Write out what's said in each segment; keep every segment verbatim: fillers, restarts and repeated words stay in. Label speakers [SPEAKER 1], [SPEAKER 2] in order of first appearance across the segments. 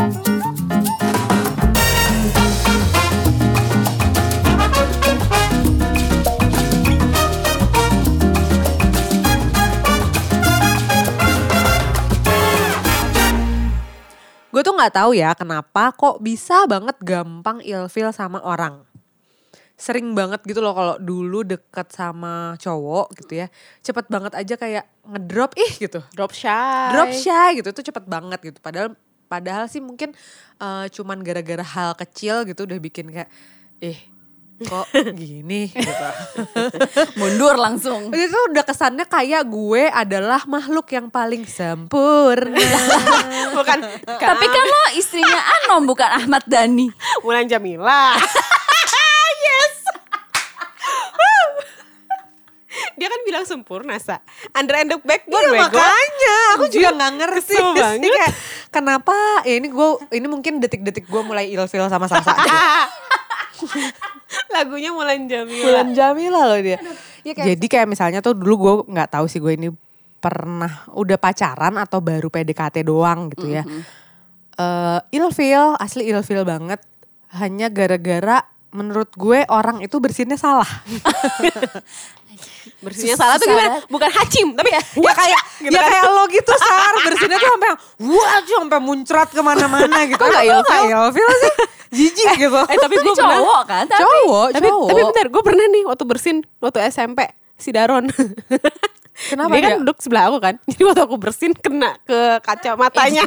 [SPEAKER 1] Gue tuh nggak tahu ya kenapa kok bisa banget gampang ilfeel sama orang. Sering banget gitu loh kalau dulu deket sama cowok gitu ya. Cepet banget aja kayak ngedrop ih gitu.
[SPEAKER 2] Drop shy.
[SPEAKER 1] Drop shy gitu, itu cepet banget gitu. Padahal padahal sih mungkin uh, cuman gara-gara hal kecil gitu udah bikin kayak eh kok gini gitu.
[SPEAKER 3] Mundur langsung.
[SPEAKER 1] Itu udah kesannya kayak gue adalah makhluk yang paling sempurna.
[SPEAKER 2] Bukan.
[SPEAKER 3] Tapi kan lo istrinya Anom bukan Ahmad Dhani.
[SPEAKER 2] Mulan Jamila. Yes. Dia kan bilang sempurna, Sa. Under and the backbone.
[SPEAKER 1] Iya makanya aku juga gak ngerti
[SPEAKER 2] Kesel banget.
[SPEAKER 1] kayak, kenapa ya ini gue ini mungkin detik-detik gue mulai ilfeel sama Sasa.
[SPEAKER 2] Lagunya Mulan Jamila.
[SPEAKER 1] Mulan Jamila loh dia. Ya, kayak jadi kayak misalnya tuh dulu gue nggak tahu sih gue ini pernah udah pacaran atau baru P D K T doang gitu ya. Mm-hmm. Uh, ilfeel, asli ilfeel banget. Hanya gara-gara menurut gue orang itu bersinnya salah.
[SPEAKER 2] Bersinnya salah tuh gimana? Bukan hacim, tapi ya,
[SPEAKER 1] ya kayak
[SPEAKER 2] gitu
[SPEAKER 1] ya
[SPEAKER 2] kan?
[SPEAKER 1] kayak lo gitu Sar, bersinnya tuh sampai wah tuh sampai muncrat kemana-mana gitu.
[SPEAKER 2] Kok nggak ilfeel?
[SPEAKER 1] ilfeel sih? Jijik gitu.
[SPEAKER 2] Eh tapi gue pernah.
[SPEAKER 3] Cowok kan? Tapi,
[SPEAKER 1] Cowok,
[SPEAKER 2] Tapi,
[SPEAKER 1] cowok.
[SPEAKER 2] tapi bentar, gue pernah nih waktu bersin waktu S M P si Daron.
[SPEAKER 1] Kenapa
[SPEAKER 2] dia kan
[SPEAKER 1] dia?
[SPEAKER 2] duduk sebelah aku kan. Jadi waktu aku bersin kena ke kaca matanya.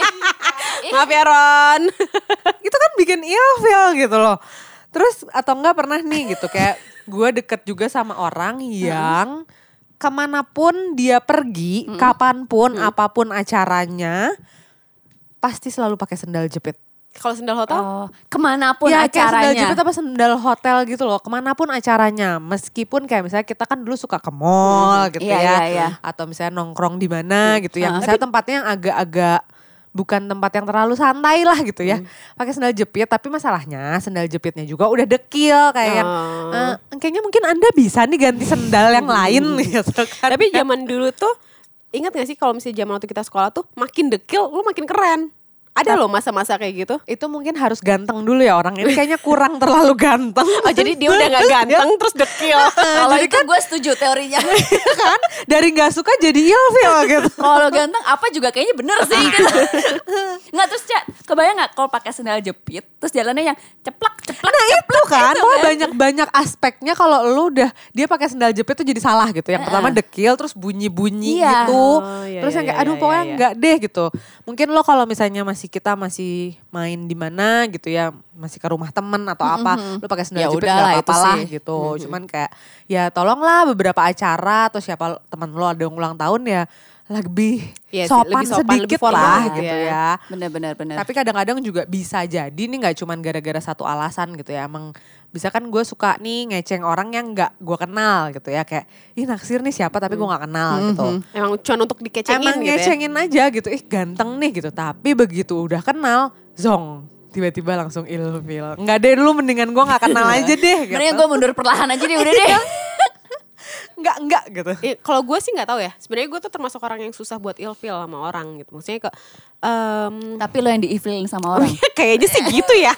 [SPEAKER 2] Maaf ya Ron.
[SPEAKER 1] Itu kan bikin ilfeel gitu loh. Terus atau enggak pernah nih gitu kayak gue deket juga sama orang yang kemanapun dia pergi,
[SPEAKER 3] Hmm.
[SPEAKER 1] kapanpun,
[SPEAKER 3] Hmm.
[SPEAKER 1] apapun acaranya, pasti selalu pakai sendal jepit.
[SPEAKER 2] Kalau sendal hotel?
[SPEAKER 3] Oh, kemanapun
[SPEAKER 1] Ya kayak sendal
[SPEAKER 3] acaranya.
[SPEAKER 1] jepit apa sendal hotel gitu loh, kemanapun acaranya. Meskipun kayak misalnya kita kan dulu suka ke mall gitu
[SPEAKER 3] Iya,
[SPEAKER 1] ya,
[SPEAKER 3] iya, iya.
[SPEAKER 1] atau misalnya nongkrong di mana gitu ya.
[SPEAKER 3] Ah.
[SPEAKER 1] Misalnya tempatnya yang agak-agak bukan tempat yang terlalu santai lah gitu ya. Pakai sendal jepit, tapi masalahnya sendal jepitnya juga udah dekil kayak yang,
[SPEAKER 2] Oh.
[SPEAKER 1] eh, kayaknya mungkin Anda bisa nih ganti sendal yang lain gitu kan.
[SPEAKER 2] Tapi zaman dulu tuh, ingat gak sih kalau misalnya zaman waktu kita sekolah tuh makin dekil lu makin keren. Ada loh masa-masa kayak gitu.
[SPEAKER 1] Itu mungkin harus ganteng dulu ya orang ini kayaknya kurang terlalu ganteng.
[SPEAKER 2] Oh jadi dia udah gak ganteng terus dekil.
[SPEAKER 3] Kalau itu gue setuju teorinya.
[SPEAKER 1] Kan dari nggak suka jadi ilfeel gitu.
[SPEAKER 3] Kalau ganteng apa juga kayaknya bener sih gitu. Nggak terus Cak, kebayang nggak kalau pakai sendal jepit terus jalannya yang ceplak ceplak
[SPEAKER 1] Nah itu
[SPEAKER 3] ceplak
[SPEAKER 1] kan,
[SPEAKER 3] gitu
[SPEAKER 1] pokoknya banyak-banyak aspeknya kalau lu udah dia pakai sendal jepit tuh jadi salah gitu. Yang pertama dekil, terus bunyi-bunyi
[SPEAKER 3] Iya.
[SPEAKER 1] gitu.
[SPEAKER 2] Oh, iya,
[SPEAKER 1] terus
[SPEAKER 2] iya,
[SPEAKER 1] yang kayak
[SPEAKER 2] iya,
[SPEAKER 1] aduh
[SPEAKER 2] iya,
[SPEAKER 1] pokoknya
[SPEAKER 2] iya.
[SPEAKER 1] enggak deh gitu. Mungkin lo kalau misalnya masih kita masih main di mana gitu ya, masih ke rumah temen atau apa, lu pakai sendal
[SPEAKER 3] Ya
[SPEAKER 1] jepit
[SPEAKER 3] udahlah,
[SPEAKER 1] nggak
[SPEAKER 3] itu
[SPEAKER 1] apa-apa lah
[SPEAKER 3] sih.
[SPEAKER 1] gitu. Cuman kayak ya tolonglah beberapa acara atau siapa teman lo ada yang ulang tahun ya lebih
[SPEAKER 2] Iya sih,
[SPEAKER 1] sopan
[SPEAKER 2] lebih sopan,
[SPEAKER 1] sedikit
[SPEAKER 2] lebih formal
[SPEAKER 1] lah
[SPEAKER 2] gitu
[SPEAKER 1] gitu
[SPEAKER 2] ya.
[SPEAKER 1] ya.
[SPEAKER 3] Bener-bener bener.
[SPEAKER 1] Tapi kadang-kadang juga bisa jadi nih gak cuman gara-gara satu alasan gitu ya. Emang bisa kan gue suka nih ngeceng orang yang gak gue kenal gitu ya. Kayak ih naksir nih siapa tapi gue gak kenal gitu.
[SPEAKER 2] Emang cuma untuk dikecengin
[SPEAKER 1] Emang
[SPEAKER 2] gitu ya.
[SPEAKER 1] ngecengin aja gitu. Ih ganteng nih gitu. Tapi begitu udah kenal zong. Tiba-tiba langsung ilfeel. Enggak deh dulu mendingan gue gak kenal aja deh gitu.
[SPEAKER 3] Mendingan gue mundur perlahan aja deh udah deh.
[SPEAKER 1] Enggak, enggak gitu.
[SPEAKER 2] Eh, kalau gue sih nggak tahu ya. Sebenarnya gue tuh termasuk orang yang susah buat ilfeel sama orang gitu. Maksudnya ke um,
[SPEAKER 3] Tapi lo yang di-ilfeelin sama orang.
[SPEAKER 2] kayaknya sih gitu ya.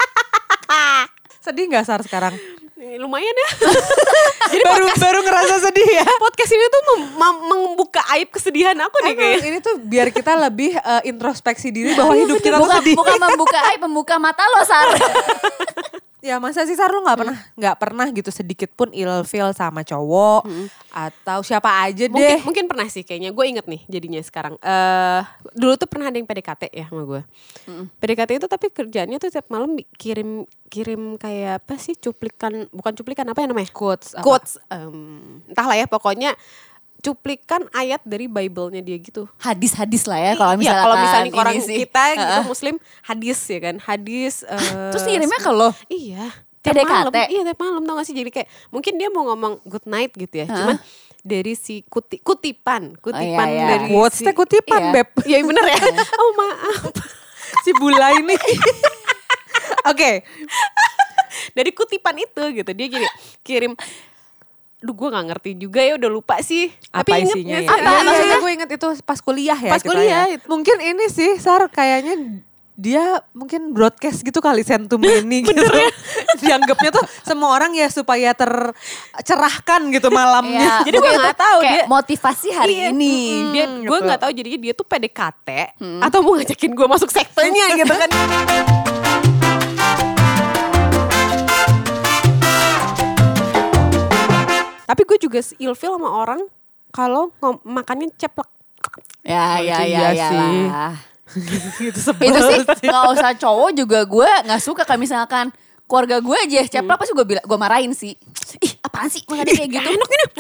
[SPEAKER 1] Sedih gak Sar sekarang?
[SPEAKER 2] Eh, Lumayan ya.
[SPEAKER 1] Jadi baru, baru ngerasa sedih ya?
[SPEAKER 2] Podcast ini tuh mem- mem- membuka aib kesedihan aku nih
[SPEAKER 1] Emang
[SPEAKER 2] kayaknya.
[SPEAKER 1] ini tuh biar kita lebih uh, introspeksi diri bahwa hidup kita tuh
[SPEAKER 3] bukan,
[SPEAKER 1] sedih.
[SPEAKER 3] bukan membuka aib, membuka mata lo Sar.
[SPEAKER 1] Ya masa sih Sar lu gak pernah nggak pernah gitu sedikit pun ilfeel sama cowok atau siapa aja
[SPEAKER 2] Mungkin,
[SPEAKER 1] deh.
[SPEAKER 2] mungkin pernah sih kayaknya. Gue inget nih jadinya sekarang. Eh dulu tuh pernah ada yang P D K T ya sama gue. P D K T itu tapi kerjaannya tuh tiap malam bi- kirim kirim kayak apa sih cuplikan, bukan cuplikan apa ya namanya?
[SPEAKER 1] Quotes. apa?
[SPEAKER 2] Quotes. em, entahlah ya pokoknya cuplikan ayat dari Bible-nya dia gitu.
[SPEAKER 3] Hadis-hadis lah ya kalau
[SPEAKER 2] Iya,
[SPEAKER 3] misalnya
[SPEAKER 2] kalau misalnya orang
[SPEAKER 3] ini sih.
[SPEAKER 2] kita gitu
[SPEAKER 3] Heeh.
[SPEAKER 2] muslim hadis ya kan. Hadis eh,
[SPEAKER 3] Terus ngirimnya ke lo?
[SPEAKER 2] Iya.
[SPEAKER 3] P
[SPEAKER 2] Tiap
[SPEAKER 3] D K T?
[SPEAKER 2] malam, iya tiap malam tau gak sih. Jadi kayak mungkin dia mau ngomong good night gitu ya.
[SPEAKER 3] Heeh.
[SPEAKER 2] Cuman dari si kuti, kutipan, kutipan
[SPEAKER 3] iya, iya.
[SPEAKER 2] dari
[SPEAKER 1] Quotes
[SPEAKER 2] si,
[SPEAKER 1] teh kutipan
[SPEAKER 3] iya.
[SPEAKER 1] Beb.
[SPEAKER 2] Iya bener ya. Oh maaf.
[SPEAKER 1] Si Bula ini. Oke.
[SPEAKER 2] Dari kutipan itu gitu dia gini kirim. Duh gue gak ngerti juga ya, udah lupa sih.
[SPEAKER 1] Apa
[SPEAKER 2] Tapi inget
[SPEAKER 1] isinya
[SPEAKER 2] gak
[SPEAKER 1] ya?
[SPEAKER 2] sih?
[SPEAKER 3] Apa
[SPEAKER 1] Iya,
[SPEAKER 3] maksudnya?
[SPEAKER 1] gue inget itu pas kuliah ya.
[SPEAKER 2] Pas
[SPEAKER 1] kita
[SPEAKER 2] kuliah.
[SPEAKER 1] ya. Mungkin ini sih Sar kayaknya dia mungkin broadcast gitu kali sentumeni gitu. Dianggapnya tuh semua orang ya supaya tercerahkan gitu malamnya.
[SPEAKER 3] Iya,
[SPEAKER 2] Jadi gue
[SPEAKER 3] mungkin
[SPEAKER 2] nggak
[SPEAKER 3] itu
[SPEAKER 2] tahu
[SPEAKER 3] kayak
[SPEAKER 2] dia
[SPEAKER 3] motivasi hari
[SPEAKER 2] Iya,
[SPEAKER 3] ini.
[SPEAKER 2] mm, dia
[SPEAKER 1] Hmm,
[SPEAKER 2] gue
[SPEAKER 1] gitu.
[SPEAKER 2] nggak tahu jadi dia tuh P D K T atau mau ngajakin gue masuk sektenya gitu kan. Tapi gue juga ilfil sama orang kalau ngom- makannya ceplok.
[SPEAKER 3] Ya,
[SPEAKER 1] Oh,
[SPEAKER 3] ya,
[SPEAKER 1] itu
[SPEAKER 3] ya,
[SPEAKER 1] iya
[SPEAKER 3] ya
[SPEAKER 1] sih.
[SPEAKER 3] lah.
[SPEAKER 1] Gitu sebel
[SPEAKER 3] Itu sih
[SPEAKER 1] sih.
[SPEAKER 3] nggak usah cowok juga gue nggak suka kayak misalkan keluarga gue aja ceplok pasti gue bilang gue marahin sih. Ih apaan sih makannya kayak gitu.
[SPEAKER 2] Enak ini.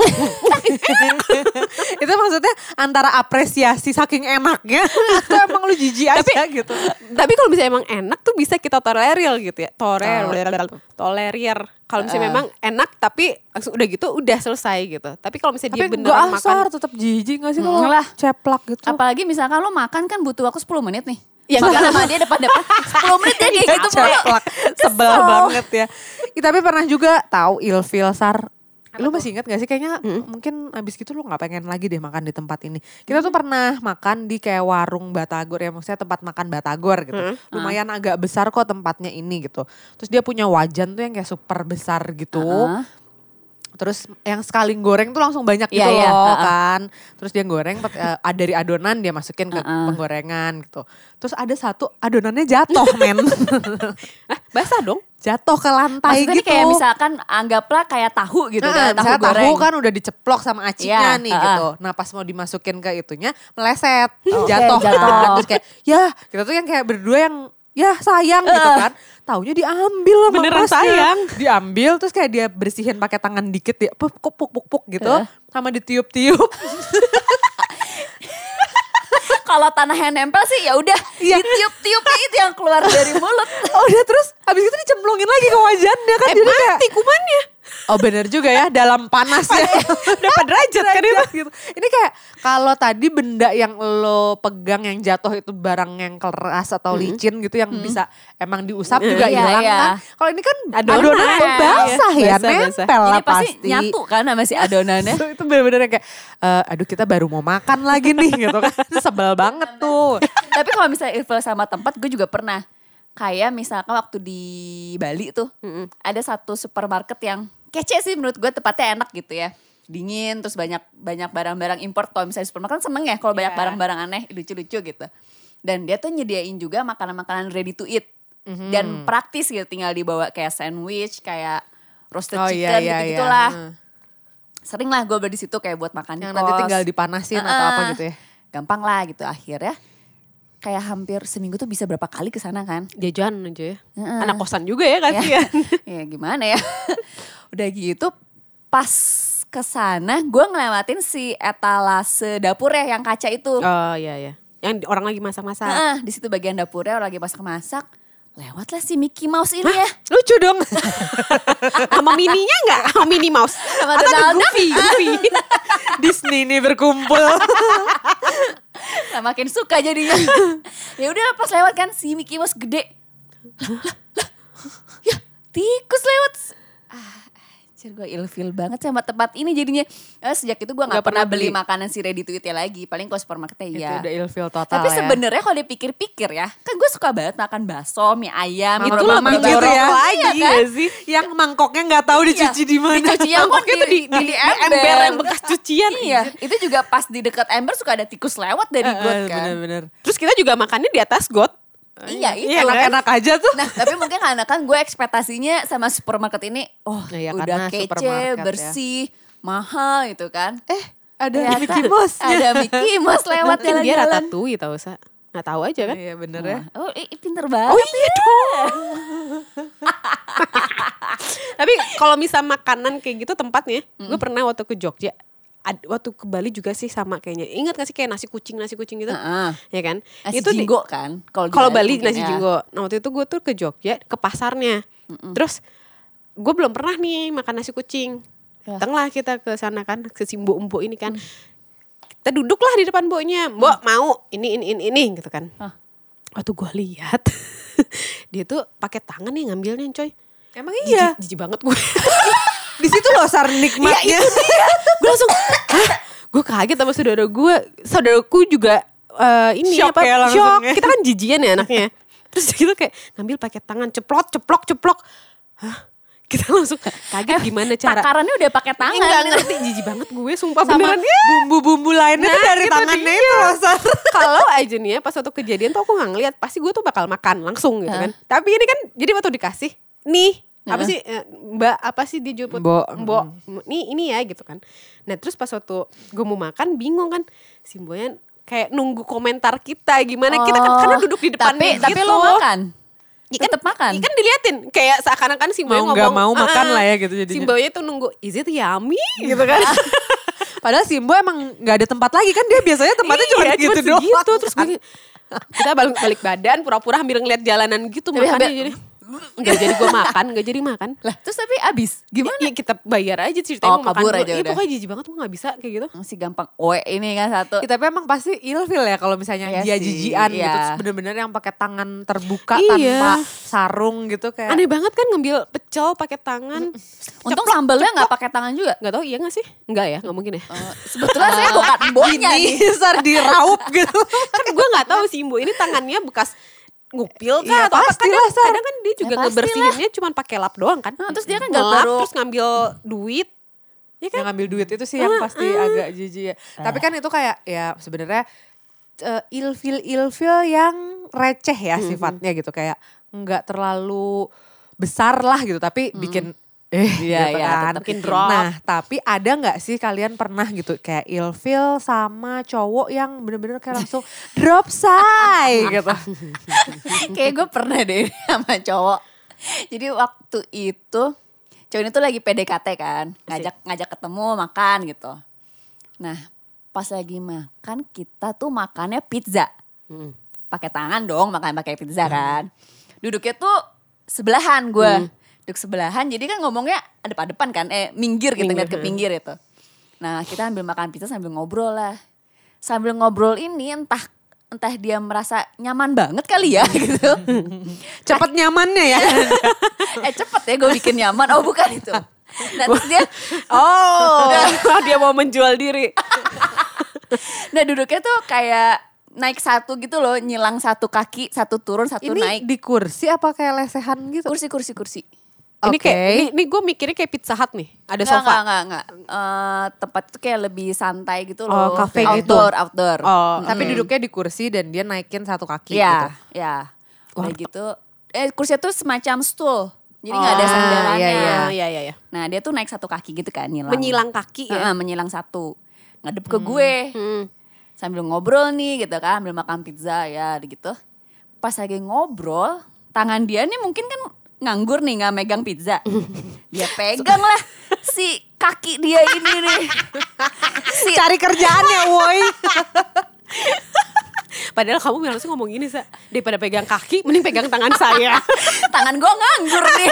[SPEAKER 1] Itu maksudnya antara apresiasi saking enaknya atau emang lu jijik aja gitu.
[SPEAKER 2] Tapi kalau misalnya emang enak tuh bisa kita tolerir gitu ya. Tolerir. Tolerir. Kalau misalnya memang enak tapi langsung udah gitu udah selesai gitu. Tapi kalau misalnya dia
[SPEAKER 1] Tapi
[SPEAKER 2] beneran
[SPEAKER 1] gak
[SPEAKER 2] makan.
[SPEAKER 1] asar, tetap jijik gak sih kalau
[SPEAKER 3] Mm, lah.
[SPEAKER 1] ceplak gitu.
[SPEAKER 3] Apalagi misalkan lo makan kan butuh waktu sepuluh menit nih.
[SPEAKER 2] Ya,
[SPEAKER 3] Makan sama dia depan-depan sepuluh menit ya kayak gitu mulu.
[SPEAKER 1] Ceplak, sebel banget ya. Ih, tapi pernah juga tahu ilfil Sar. Lu masih ingat gak sih kayaknya mungkin abis gitu lu gak pengen lagi deh makan di tempat ini. Kita tuh pernah makan di kayak warung Batagor ya, maksudnya tempat makan Batagor gitu. Lumayan agak besar kok tempatnya ini gitu. Terus dia punya wajan tuh yang kayak super besar gitu.
[SPEAKER 3] Heeh.
[SPEAKER 1] Terus yang sekali goreng tuh langsung banyak gitu
[SPEAKER 3] Iya, iya,
[SPEAKER 1] loh
[SPEAKER 3] uh-uh.
[SPEAKER 1] kan. Terus dia goreng uh, dari adonan dia masukin ke
[SPEAKER 3] Uh-uh.
[SPEAKER 1] penggorengan gitu. Terus ada satu adonannya jatuh men.
[SPEAKER 2] Hah, basah dong.
[SPEAKER 1] Jatuh ke lantai
[SPEAKER 3] Maksudnya
[SPEAKER 1] gitu.
[SPEAKER 3] kayak misalkan anggaplah kayak tahu gitu
[SPEAKER 1] Nah,
[SPEAKER 3] kan, tahu
[SPEAKER 1] misalnya
[SPEAKER 3] goreng.
[SPEAKER 1] tahu kan udah diceplok sama acinya
[SPEAKER 3] Iya,
[SPEAKER 1] nih
[SPEAKER 3] uh-uh.
[SPEAKER 1] gitu. Nah pas mau dimasukin ke itunya meleset,
[SPEAKER 3] Oke,
[SPEAKER 1] jatuh
[SPEAKER 3] jatuh.
[SPEAKER 1] kan. Terus kayak ya kita tuh yang kayak berdua yang ya sayang gitu kan. Taunya diambil sama
[SPEAKER 2] Beneran
[SPEAKER 1] masnya.
[SPEAKER 2] sayang.
[SPEAKER 1] Diambil terus kayak dia bersihin pakai tangan dikit dia puk puk puk puk, puk gitu.
[SPEAKER 3] Heeh.
[SPEAKER 1] Sama ditiup-tiup.
[SPEAKER 3] Kalau tanahnya nempel sih ya udah
[SPEAKER 1] Iya.
[SPEAKER 3] ditiup-tiup itu yang keluar dari mulut.
[SPEAKER 1] Oh udah terus habis itu dicemplungin lagi ke wajannya kan.
[SPEAKER 2] Eh
[SPEAKER 1] Jadi kayak,
[SPEAKER 2] mati kumannya.
[SPEAKER 1] oh bener juga ya dalam panasnya.
[SPEAKER 2] Dapat derajat kan itu.
[SPEAKER 1] gitu. Ini kayak kalau tadi benda yang lo pegang yang jatuh itu barang yang keras atau licin gitu yang bisa emang diusap juga
[SPEAKER 3] Iya,
[SPEAKER 1] hilang
[SPEAKER 3] iya.
[SPEAKER 1] kan. Kalau ini kan
[SPEAKER 2] Adonan.
[SPEAKER 1] adonan, tuh basah
[SPEAKER 2] Iya,
[SPEAKER 1] ya,
[SPEAKER 2] basah, basah.
[SPEAKER 1] nempel lah
[SPEAKER 3] Ini pasti
[SPEAKER 1] pasti.
[SPEAKER 3] nyatu kan sama si adonannya.
[SPEAKER 1] So, itu bener-bener yang kayak, eh, aduh kita baru mau makan lagi nih gitu kan. Sebel banget tuh.
[SPEAKER 3] Tapi kalau misalnya ilfil sama tempat gue juga pernah. Kayak misalkan waktu di Bali tuh ada satu supermarket yang kece sih menurut gue, tempatnya enak gitu ya. Dingin terus banyak banyak barang-barang import. Kalau misalnya di supermarket seneng ya kalau banyak
[SPEAKER 2] Iya.
[SPEAKER 3] barang-barang aneh lucu-lucu gitu. Dan dia tuh nyediain juga makanan-makanan ready to eat. Dan praktis gitu, tinggal dibawa kayak sandwich, kayak roasted
[SPEAKER 1] Oh,
[SPEAKER 3] chicken
[SPEAKER 1] iya, iya,
[SPEAKER 3] gitu-gitulah.
[SPEAKER 1] iya. Hmm.
[SPEAKER 3] Sering lah gue beli di situ kayak buat makan
[SPEAKER 1] Yang
[SPEAKER 3] di
[SPEAKER 1] nanti
[SPEAKER 3] kos.
[SPEAKER 1] tinggal dipanasin atau
[SPEAKER 3] Heeh.
[SPEAKER 1] apa gitu ya.
[SPEAKER 3] Gampang lah gitu akhirnya. Kayak hampir seminggu tuh bisa berapa kali ke sana kan.
[SPEAKER 2] Jajan aja ya.
[SPEAKER 3] Heeh.
[SPEAKER 2] Anak kosan juga ya
[SPEAKER 3] Ya,
[SPEAKER 2] kasihan.
[SPEAKER 3] ya gimana ya. Udah gitu pas ke sana gue ngelewatin si etalase dapur ya yang kaca itu.
[SPEAKER 2] Oh iya iya. Yang orang lagi masak-masak.
[SPEAKER 3] Heeh, di situ bagian dapurnya orang lagi masak-masak. Lewatlah si Mickey Mouse ini ya.
[SPEAKER 1] Lucu dong.
[SPEAKER 2] Sama mininya enggak? Sama Minnie Mouse.
[SPEAKER 3] Sama
[SPEAKER 2] Atau
[SPEAKER 3] Donald Duck.
[SPEAKER 2] Goofy, Goofy.
[SPEAKER 1] Disney ini berkumpul.
[SPEAKER 3] Nah, makin suka jadinya. Ya udah pas lewat kan si Mickey Mouse gede. Lah, lah, lah. Ya tikus lewat. Ah, anjir gue ilfil banget sama tempat ini jadinya. Eh, sejak itu gue gak,
[SPEAKER 1] Nggak
[SPEAKER 3] pernah
[SPEAKER 1] pernah
[SPEAKER 3] beli
[SPEAKER 1] beli.
[SPEAKER 3] makanan si ready to eat-nya lagi. Paling kalau supermarketnya
[SPEAKER 1] Itu
[SPEAKER 3] iya.
[SPEAKER 1] udah ilfil total
[SPEAKER 3] Tapi
[SPEAKER 1] ya.
[SPEAKER 3] sebenarnya kalau dipikir-pikir ya, kan gue suka banget makan bakso, mie ayam,
[SPEAKER 1] Itu
[SPEAKER 3] martabak
[SPEAKER 1] lebih
[SPEAKER 3] gitu
[SPEAKER 1] gitu ya.
[SPEAKER 3] lagi
[SPEAKER 1] Iya
[SPEAKER 3] kan?
[SPEAKER 1] sih. Yang mangkoknya nggak tahu dicuci di mana.
[SPEAKER 3] Dicuci yang
[SPEAKER 2] Mangkoknya tuh di, di, di ember yang bekas cucian.
[SPEAKER 3] Iya, itu juga pas di dekat ember suka ada tikus lewat dari got kan.
[SPEAKER 1] Bener-bener.
[SPEAKER 2] Terus kita juga makannya di atas got.
[SPEAKER 3] Iya, itu
[SPEAKER 2] Iya,
[SPEAKER 3] kan.
[SPEAKER 1] Enak-enak aja tuh.
[SPEAKER 3] Nah, tapi mungkin karena kan gue ekspektasinya sama supermarket ini, oh
[SPEAKER 1] Nah, ya,
[SPEAKER 3] udah
[SPEAKER 1] karena
[SPEAKER 3] kece,
[SPEAKER 1] supermarket ya.
[SPEAKER 3] bersih, mahal gitu kan.
[SPEAKER 1] Eh, ada
[SPEAKER 3] Ternyata
[SPEAKER 1] Mickey Mouse-nya.
[SPEAKER 3] Ada Mickey Mouse lewat
[SPEAKER 2] Mungkin dia
[SPEAKER 3] jalan-jalan.
[SPEAKER 2] ratatouille tau Sa. Nggak tahu aja kan.
[SPEAKER 1] Iya bener ya.
[SPEAKER 3] Oh, i- i- pinter banget.
[SPEAKER 2] Oh iya dong. Tapi kalau misal makanan kayak gitu tempatnya, gue pernah waktu ke Jogja, ad- waktu ke Bali juga sih sama kayaknya. Ingat gak sih kayak nasi kucing nasi kucing gitu,
[SPEAKER 3] Heeh.
[SPEAKER 2] ya kan?
[SPEAKER 3] Nasi
[SPEAKER 2] Itu di-
[SPEAKER 3] jinggo kan. Kalau di
[SPEAKER 2] Kalau Bali
[SPEAKER 3] mungkin
[SPEAKER 2] nasi
[SPEAKER 3] ya.
[SPEAKER 2] jinggo. Nah waktu itu gue tuh ke Jogja ke pasarnya, terus gue belum pernah nih makan nasi kucing.
[SPEAKER 3] Ya.
[SPEAKER 2] Datanglah kita ke sana kan, ke si mbok-mbok ini kan. Kita duduklah di depan mboknya, mbok mau ini ini ini ini gitu kan.
[SPEAKER 3] Hah.
[SPEAKER 2] Waktu gue lihat dia tuh pakai tangan nih ngambilnya coy.
[SPEAKER 1] Emang iya.
[SPEAKER 2] Jijik, jijik banget gue.
[SPEAKER 1] Di situ loh Sar nikmatnya.
[SPEAKER 2] Gue langsung, hah? Gue kaget sama saudara gue. Saudaraku juga uh, ini
[SPEAKER 1] Shock
[SPEAKER 2] apa
[SPEAKER 1] ya langsung
[SPEAKER 2] shock.
[SPEAKER 1] ya.
[SPEAKER 2] Kita kan jijian ya anaknya. Terus gitu kayak ngambil pakai tangan ceplok ceplok ceplok. Hah? Kita langsung kaget gimana cara
[SPEAKER 3] Takarannya udah pakai tangan.
[SPEAKER 2] Enggak ngerti, jijik banget gue sumpah
[SPEAKER 1] Sama
[SPEAKER 2] beneran ya.
[SPEAKER 1] bumbu-bumbu lainnya tuh
[SPEAKER 2] Nah,
[SPEAKER 1] dari
[SPEAKER 2] itu
[SPEAKER 1] tangannya
[SPEAKER 2] dia.
[SPEAKER 1] itu loh, Sar.
[SPEAKER 2] Kalau aja nih ya pas waktu kejadian tuh aku gak ngeliat, pasti gue tuh bakal makan langsung gitu kan. Tapi ini kan jadi waktu dikasih nih apa sih eh, mbak apa sih dia jemput
[SPEAKER 1] Mbok.
[SPEAKER 2] mbok nih ini ya gitu kan. Nah terus pas waktu gue mau makan bingung kan si mboknya kayak nunggu komentar kita gimana kita kan karena duduk di depannya
[SPEAKER 3] Tapi
[SPEAKER 2] gitu.
[SPEAKER 3] tapi lo makan.
[SPEAKER 2] Ya kan,
[SPEAKER 3] Tetep makan.
[SPEAKER 2] ya kan diliatin kayak seakan-akan si mbaknya
[SPEAKER 1] Mau nggak
[SPEAKER 2] ngomong
[SPEAKER 1] mau makan
[SPEAKER 2] "Ah,
[SPEAKER 1] lah ya gitu jadinya."
[SPEAKER 2] Si mbaknya tuh nunggu is it yummy gitu kan.
[SPEAKER 1] Padahal Simbo emang gak ada tempat lagi kan, dia biasanya tempatnya cuma
[SPEAKER 2] Iya,
[SPEAKER 1] gitu
[SPEAKER 2] cuma
[SPEAKER 1] doang.
[SPEAKER 2] segitu. Terus gue kita balik, balik badan pura-pura hampir ngeliat jalanan gitu
[SPEAKER 3] Tapi
[SPEAKER 2] makannya
[SPEAKER 3] hampir-
[SPEAKER 2] jadi nggak jadi gue makan nggak jadi makan.
[SPEAKER 3] Lah, terus tapi abis. Gimana?
[SPEAKER 2] Ya, kita bayar aja ceritanya
[SPEAKER 3] Oh,
[SPEAKER 2] mau makan
[SPEAKER 3] kabur
[SPEAKER 2] dulu.
[SPEAKER 3] aja
[SPEAKER 2] Iya
[SPEAKER 3] udah.
[SPEAKER 2] pokoknya jijik banget gue nggak bisa kayak gitu.
[SPEAKER 3] Masih gampang. Oe ini kan satu.
[SPEAKER 1] Ya, tapi emang pasti ilfil ya kalau misalnya
[SPEAKER 3] Iya
[SPEAKER 1] dia
[SPEAKER 3] sih,
[SPEAKER 1] jijian gitu.
[SPEAKER 3] iya.
[SPEAKER 1] Terus bener-bener yang pakai tangan terbuka
[SPEAKER 2] Iya.
[SPEAKER 1] tanpa sarung gitu kayak.
[SPEAKER 2] Aneh banget kan ngambil pecel pakai tangan.
[SPEAKER 3] Untung sambelnya nggak pakai tangan juga.
[SPEAKER 2] Nggak tahu iya nggak sih? Nggak ya nggak mungkin ya.
[SPEAKER 3] Eh, sebetulnya saya bukan mboknya nih.
[SPEAKER 1] Gini, Sar diraup gitu.
[SPEAKER 2] Kan gue nggak tahu sih Mbok ini tangannya bekas ngupil kah
[SPEAKER 1] Iya,
[SPEAKER 2] atau apa
[SPEAKER 1] pastilah,
[SPEAKER 2] kadang,
[SPEAKER 1] Sar.
[SPEAKER 2] kadang kan dia juga
[SPEAKER 3] Ya,
[SPEAKER 2] ngebersihinnya cuma pakai lap doang kan.
[SPEAKER 3] Nah, terus dia kan nggak
[SPEAKER 2] Ngelap,
[SPEAKER 3] baru-
[SPEAKER 2] terus ngambil duit. Ya kan?
[SPEAKER 1] Yang ngambil duit itu sih yang pasti agak jijik ya. Tapi kan itu kayak ya sebenarnya uh, ilfil-ilfil yang receh ya sifatnya gitu. Kayak nggak terlalu besar lah gitu. Tapi bikin eh
[SPEAKER 3] Iya,
[SPEAKER 1] gitu
[SPEAKER 3] iya,
[SPEAKER 1] kan.
[SPEAKER 3] tetep
[SPEAKER 2] bikin drop.
[SPEAKER 1] Nah tapi ada nggak sih kalian pernah gitu kayak ilfil sama cowok yang bener-bener kayak langsung drop say gitu.
[SPEAKER 3] Kayak gue pernah deh sama cowok. Jadi waktu itu cowok ini tuh lagi P D K T kan, ngajak ngajak ketemu makan gitu. Nah pas lagi makan kita tuh makannya pizza,
[SPEAKER 2] Hmm.
[SPEAKER 3] pakai tangan dong makan pakai pizza kan. Duduknya tuh sebelahan gue, duduk sebelahan. Jadi kan ngomongnya adep-adepan kan, eh minggir gitu
[SPEAKER 2] Minggir,
[SPEAKER 3] ngeliat ke
[SPEAKER 2] hmm.
[SPEAKER 3] pinggir itu. Nah kita ambil makan pizza sambil ngobrol lah. Sambil ngobrol ini entah entah dia merasa nyaman banget kali ya gitu.
[SPEAKER 1] Cepet nyamannya ya.
[SPEAKER 3] eh cepet ya gue bikin nyaman. Oh bukan itu. Nah terus dia,
[SPEAKER 2] Oh, dia mau menjual diri.
[SPEAKER 3] nah duduknya tuh kayak naik satu gitu loh. Nyilang satu kaki, satu turun, satu
[SPEAKER 1] Ini
[SPEAKER 3] naik.
[SPEAKER 1] di kursi apa kayak lesehan gitu?
[SPEAKER 3] Kursi, kursi, kursi.
[SPEAKER 2] Ini
[SPEAKER 1] Oke.
[SPEAKER 2] kayak ini, ini gue mikirnya kayak Pizza Hut nih. Ada
[SPEAKER 3] Enggak,
[SPEAKER 2] sofa.
[SPEAKER 3] enggak, enggak, enggak. Eh, tempat itu kayak lebih santai gitu
[SPEAKER 1] Oh,
[SPEAKER 3] loh.
[SPEAKER 1] cafe gitu.
[SPEAKER 3] outdoor, outdoor.
[SPEAKER 1] Oh,
[SPEAKER 3] Mm-mm.
[SPEAKER 1] tapi duduknya di kursi dan dia naikin satu kaki
[SPEAKER 3] Iya,
[SPEAKER 1] gitu.
[SPEAKER 3] iya. Udah gitu. Eh kursinya tuh semacam stool. Jadi nggak ada
[SPEAKER 1] Oh,
[SPEAKER 3] sandarannya.
[SPEAKER 1] iya, iya.
[SPEAKER 2] Ah, iya iya iya.
[SPEAKER 3] Nah dia tuh naik satu kaki gitu kan nyilang.
[SPEAKER 2] Menyilang kaki ya.
[SPEAKER 3] Heeh, menyilang satu. Ngadep ke gue.
[SPEAKER 2] Hmm.
[SPEAKER 3] Sambil ngobrol nih gitu kan. Sambil makan pizza ya gitu. Pas lagi ngobrol. Tangan dia nih mungkin kan nganggur nih gak megang pizza. Dia pegang lah si kaki dia ini nih. Si
[SPEAKER 1] Cari kerjaan ya woi.
[SPEAKER 2] Padahal kamu yang langsung ngomong gini, Sa. Daripada pegang kaki, mending pegang tangan saya.
[SPEAKER 3] tangan gue nganggur nih.